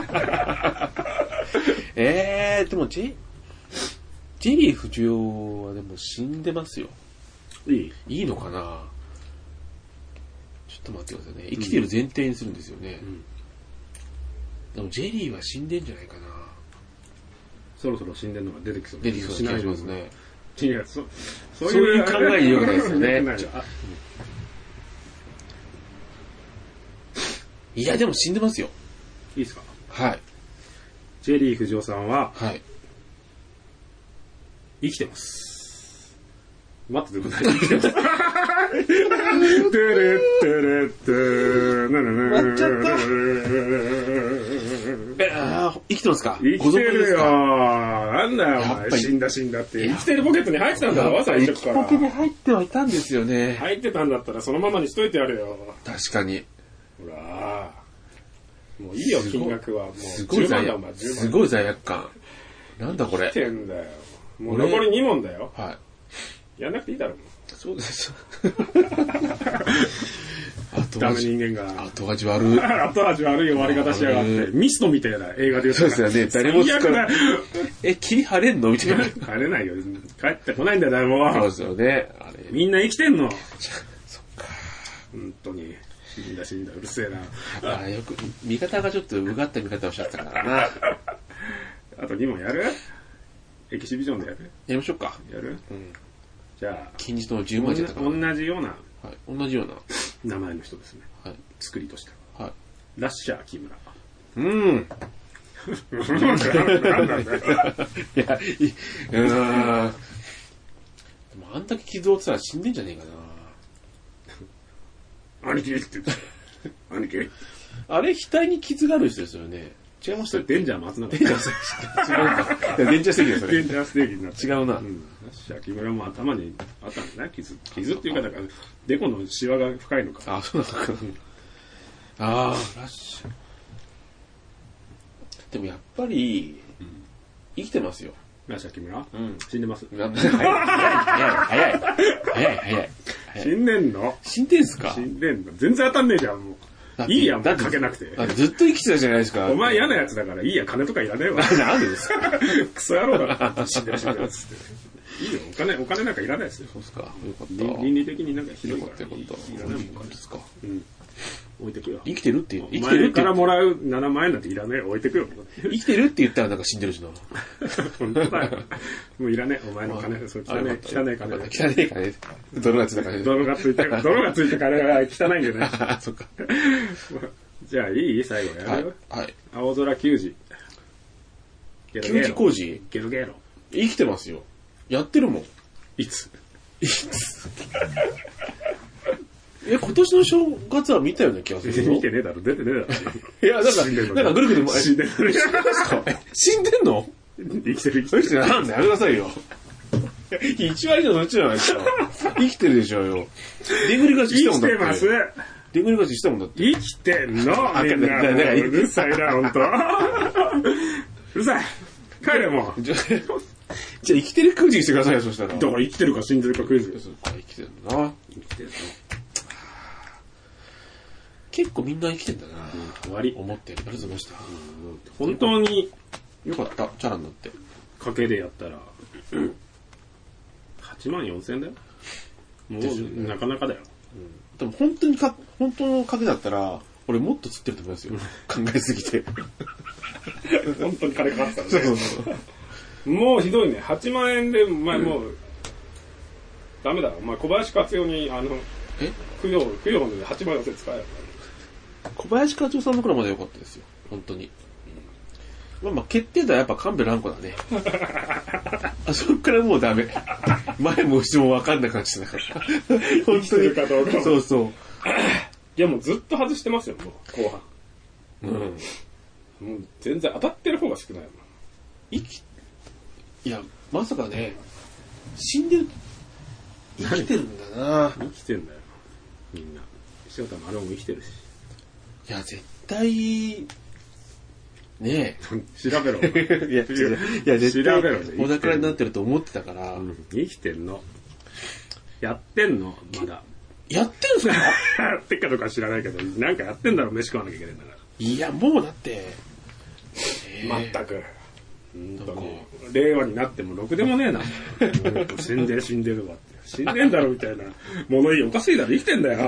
えー、でもジェ、ジェリー藤尾はでも死んでますよ。 いい？ いいのかな？ちょっと待ってくださいね。生きてる前提にするんですよね。うん、でもジェリーは死んでんじゃないかな。 そろそろ死んでるのが出てきそう。 出てきそうな気がしますね。 いや、そ、 そういう考え良くないですよね。いや、でも死んでますよ。 いいですか？ はい。 ジェリー藤尾さんは、 はい。 生きてます。待っててください。生きてます。トゥルトゥルトゥー、なななな。っちゃった。え、あ生きてますか？ 生きてるよ。なんだよ、お前。死んだ死んだって。生きてるポケットに入ってたんだろ、最初から。 生きポケに入ってはいたんですよね。 入ってたんだったらそのままにしといてやるよ。 確かに。 ほら。もういいよ、金額は。もうすごい罪悪。すごい罪悪感。なんだこれ。 生きてんだよ。もう残りに問だよ。 はい。 やんなくていいだろ、もう。 そうです。 ダメ人間が。 後味悪い。 後味悪い終わり方しやがって。ミストみたいな映画で言うそうですよね。誰も作らない。え、切晴れんのみたいな。 晴れないよ。帰ってこないんだよ、誰も。 そうですよね。あれ。 みんな生きてんの。 そっか。 本当に。死んだ死んだ、うるせえな。あよく、味方がちょっとうがった見方をしちゃったからな。 あとに問やる？エキシビジョンでやる？ やりましょうか。 やる？うん。じゃあ、 近日のじゅうまんじゃったかな。 同じような、はい、 同じような名前の人ですね。 はい。 作りとしては。はい。 ラッシャー木村。 うん。なんだよ。いや、い、うーん。でもあんだけ傷を負ってたら死んでんじゃねえかな。兄貴って言って。兄貴。 あれ、額に傷がある人ですよね。違いましたっけ？ デンジャー松永。 デンジャーステーキ。違うか。デンジャーステーキですよね。 デンジャーステーキになって。 違うな。 うん。ラッシャー木村も頭にあったんだね、傷。傷っていうか、だから、デコのシワが深いのか。 あ、そうなのかな。あー、ラッシャー。でもやっぱり、うん、生きてますよ。 ラッシャー木村？ うん。 死んでます。 早い、早い、早い、早い、早い。 死んでんの？ 死んでんすか？ 死んでんの？全然当たんねえじゃん、もう。いいやん、かけなくて。 ずっと生きてたじゃないですか。 お前嫌なやつだからいいや、金とかいらねえわ。 なんでですか？ クソ野郎だ。死んでる死んでるっつって。いいよ、お金、お金なんかいらないですよ。 そうっすか。よかった。 倫理的になんかひどいから。 よかったよかった。 いらないもんですか。 うん。 置いてくよ。 生きてるって言う。生きて前るってからもらうななまん円なんていらねえ。置いてくよ。 生きてるって言ったらなんか死んでるしな。 本当だよ。もういらねえ。お前の金。そう、汚ねえ、汚え金。 汚ねえ金。泥がついた金。 泥がついて、泥がついた金が汚いんでね。 あ、そっか。 じゃあいい最後やるよ。 はい。 青空球児。 球児工事ゲロゲロ。 生きてますよ。やってるもん。 いついつえ、今年の正月は見たような気がするよ。 見てねえだろ、出てねえだろ。 いや、なんか、なんかぐるぐる死んでる。 死んでますか死んでんの生きてる、生きてる。 生きてる。なんだ、やめなさいよ。いちわり以上のうちじゃないですか。生きてるでしょうよ。でぐり返ししたもんだって。 生きてます。 でぐり返ししたもんだって。 生きてんのみんな。うるさいな、ほんと。うるさい。帰れ、もう。 じゃあ、生きてるクイズにしてくださいよ、そしたら。 だから生きてるか死んでるかクイズ。 生きてるんだな。 生きてるの。 結構みんな生きてんだな。 終わり。 思ってる。ありがとうございました。 本当に。 よかった、チャラになって。 賭けでやったら、はちまんよんせんだよ。もう、なかなかだよ。 でも本当にか、本当の賭けだったら、俺もっと釣ってると思いますよ。考えすぎて。 本当に金かかってたらね。 そうそうそう。 もうひどいね。はちまん円で、お前もう、ダメだ。お前小林克代に、あの、 え供養、供養ではちまんよんせん使えよ。 小林克代さんの頃まで良かったですよ。本当に。まあまあ、決定打はやっぱ神戸蘭子だね。あそこからもうダメ。前も後ろも分かんなくなっちゃったから。本当に。 かどうかそうそう。 いやもうずっと外してますよ、もう、後半。うん。もう全然当たってる方が少ないもん。 生き、いや、まさかね、死んでる、生きてるんだな。 生きてんだよ、みんな。塩田丸尾も生きてるし。 いや、絶対、ねえ。調べろ。 いや、いや、絶対、 調べろ。 お腹になってると思ってたから、 うん。生きてんの。やってんのまだ。 やってるんすかやってっかどうか知らないけど、なんかやってんだろ、飯食わなきゃいけないんだから。 いや、もうだって、 まったく。本当に。令和になってもろくでもねえな。死んでる死んでるわって。死んでんだろみたいな物言いおかしいだろ、生きてんだよ。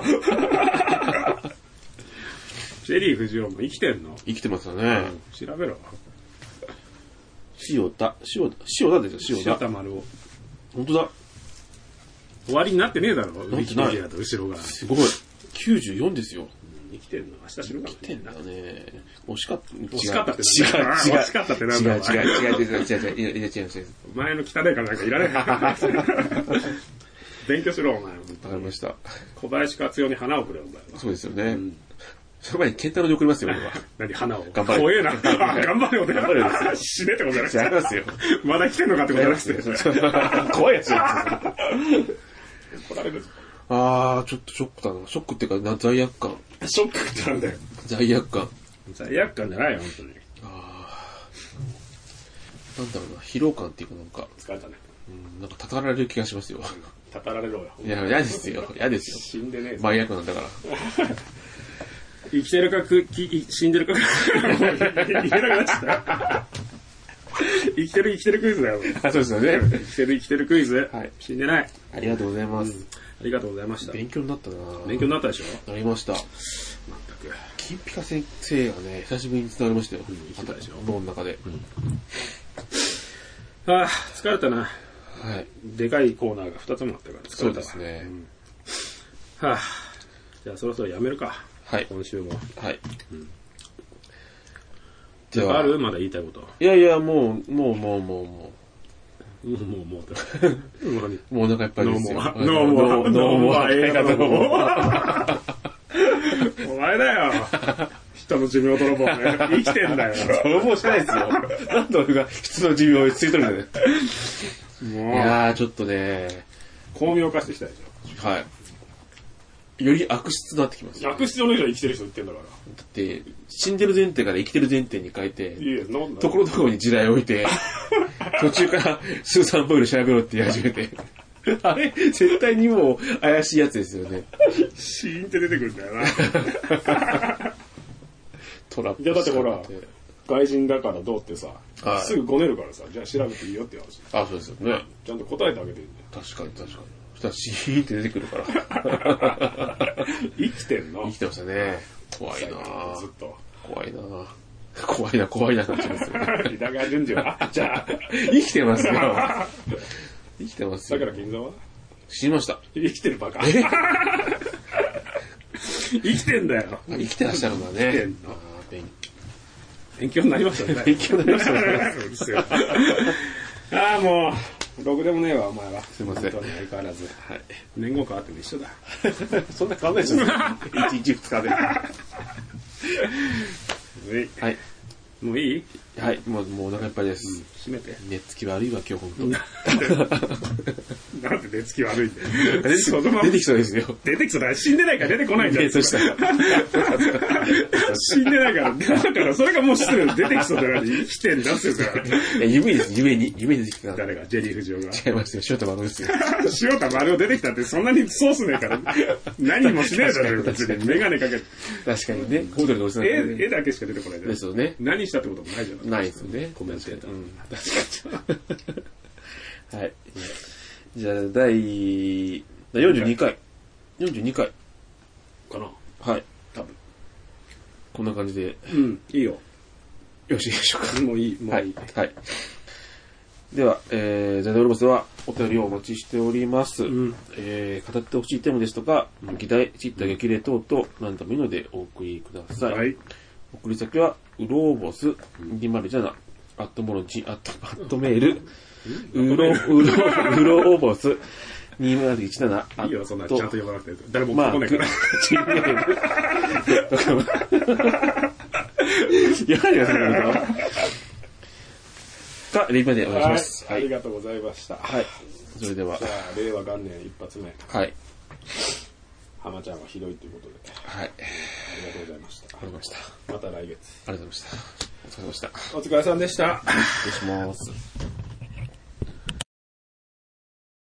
シェリー藤尾も生きてんの？ 生きてますよね。 調べろ。 塩田、塩田、塩田ですよ、塩田。 塩田丸尾。 本当だ。 終わりになってねえだろ、 ウィキペディアと後ろが。 すごい。きゅうじゅうよんですよ。 生きてんの？明日死ぬかも。 生きてんだね。惜しかった。 惜しかったって違う、違う。 惜しかったってなんだ違う、違う、違う、違う、違う、違う、違う、違う、違う。 お前の汚いからなんかいらねえ。勉強しろ、お前。 わかりました。 小林克代に花をくれ、お前は。 そうですよね。その前に健太郎に送りますよ、俺は。 何、花を。 頑張れ。 怖えな。頑張れよ、 頑張れです。 死ねってことじゃなくて。 違いますよ。 まだ来てんのかってことじゃなくて。 怖いやつよ。 怒られるぞ。 あー、ちょっとショックだな。ショックっていうか、な罪悪感。 ショックってなんだよ。 罪悪感。 罪悪感じゃないよ、本当に。 あー。なんだろうな、疲労感っていうかなんか。 疲れたね。 うん、なんかたたられる気がしますよ。 たたられろよ。 いや、嫌ですよ。嫌ですよ。 死んでねえぞ。 前役なんだから。 生きてるかく、き死んでるかく、言えなくなっちゃった。生きてる生きてるクイズだよ。 あ、そうですよね。 生きてる生きてるクイズ。 はい。 死んでない。 ありがとうございます。 うん、ありがとうございました。 勉強になったな。 勉強になったでしょ？ なりました。 まったく。 金ピカ先生がね、久しぶりに伝わりましたよ。 うん、生きてたでしょ？ 脳の中で。 うん、ああ、疲れたな。 はい。 でかいコーナーがふたつもあったから疲れた。 そうですね。 うん、はあ、じゃあそろそろやめるか。 はい。 今週も。 はい。 うん、 じゃあ、 ある？まだ言いたいこと。 いやいや、もう、もう、もう、もう、もう。もう、もう、もう。 もうお腹いっぱいですよ。 ノーモア。ノーモア。ノーモア。映画ノーモア。お前だよ。人の寿命泥棒ね。生きてんだよ。 泥棒しないですよ。なんで俺が人の寿命をついとるんだよ。もう。いやー、ちょっとね。 巧妙化してきたでしょ。はい。より悪質になってきますよ。 悪質の以上生きてる人言ってんだから。 だって、死んでる前提から生きてる前提に変えて、 いや、なんだところどころに時代を置いて、途中からスーサン・ボイル調べろって言い始めて、あれ絶対にもう怪しいやつですよね。 シーンって出てくるんだよな。 トラップ。 いや、だってほら、外人だからどうってさ、はい、すぐごねるからさ、じゃあ調べていいよって話。 あ、そうですよね。 ちゃんと答えてあげていいんだよ。 確かに確かに。そしたらシーンって出てくるから。 生きてんの？ 生きてましたね。 怖いなぁ。 ずっと。 怖いなぁ。怖いな、怖いな、なっちゃいますよね。 リダ川淳二はじゃあ。 生きてますよ。生きてますよ。 だから銀座は死にました。 生きてるバカ。生きてんだよ。 生きてらっしゃるんだね。 生きてんの。 勉勉強になりましたね。 勉強になりましたね。 うるせえ。ああ、もう、ろくでもねえわ、お前は。 すいません。 本当に相変わらず。 はい。 年号変わっても一緒だ。 そんな変わんないですよ。いちにちふつかで。はい。 もういい？ はい。もう、もうお腹いっぱいです。うん、 閉めて。 寝つき悪いわ、今日ほんと。 なんで寝つき悪いんだよ。 出てきそうですよ。 出てきそうだ。死んでないから出てこないじゃん。 そしたら。 死んでないから。だから、それがもう失礼。出てきそうだから生きてんだっすよ、から。 いや、夢です、夢に。夢に出てきた。 誰がジェリー藤尾が。 違いますよ、塩田丸ですよ。 塩田丸を出てきたってそんなにソースねえから。何もしねえだろ、別に。メガネかけて。 確かにね。ホテルのおじさん。 絵だけしか出てこないですよね。 何したってこともないじゃん。 ないですよね。 コメンテーター。 うん、確かに。はい。じゃあ、第、よんじゅうにかい。よんじゅうにかい。 かな。 はい。 多分。 こんな感じで。 うん、いいよ。 よろしいでしょうか。 もういい、もういい。 はい。はい、では、えー、ザイドロボスはお便りをお待ちしております。うん、えー、語ってほしいテーマですとか、議題、知った激励等々、何でもいいのでお送りください。はい。送り先は、うろーぼすにまるなな、アットモロジ、アット、アットメール、うろ、うろ、うろーぼすにまるいちなな、 いいよ、そんなちゃんと呼ばなくて。誰も来ないから。 やはりやそれか、レイバーでお願いします。 はい。ありがとうございました。 はい。それでは。 じゃあ、令和元年一発目。 はい。 浜ちゃんはひどいということで。 はい。 ありがとうございました。 ありがとうございました。 また来月。 ありがとうございました。お疲れ様でした。 お疲れ様でした。 失礼します。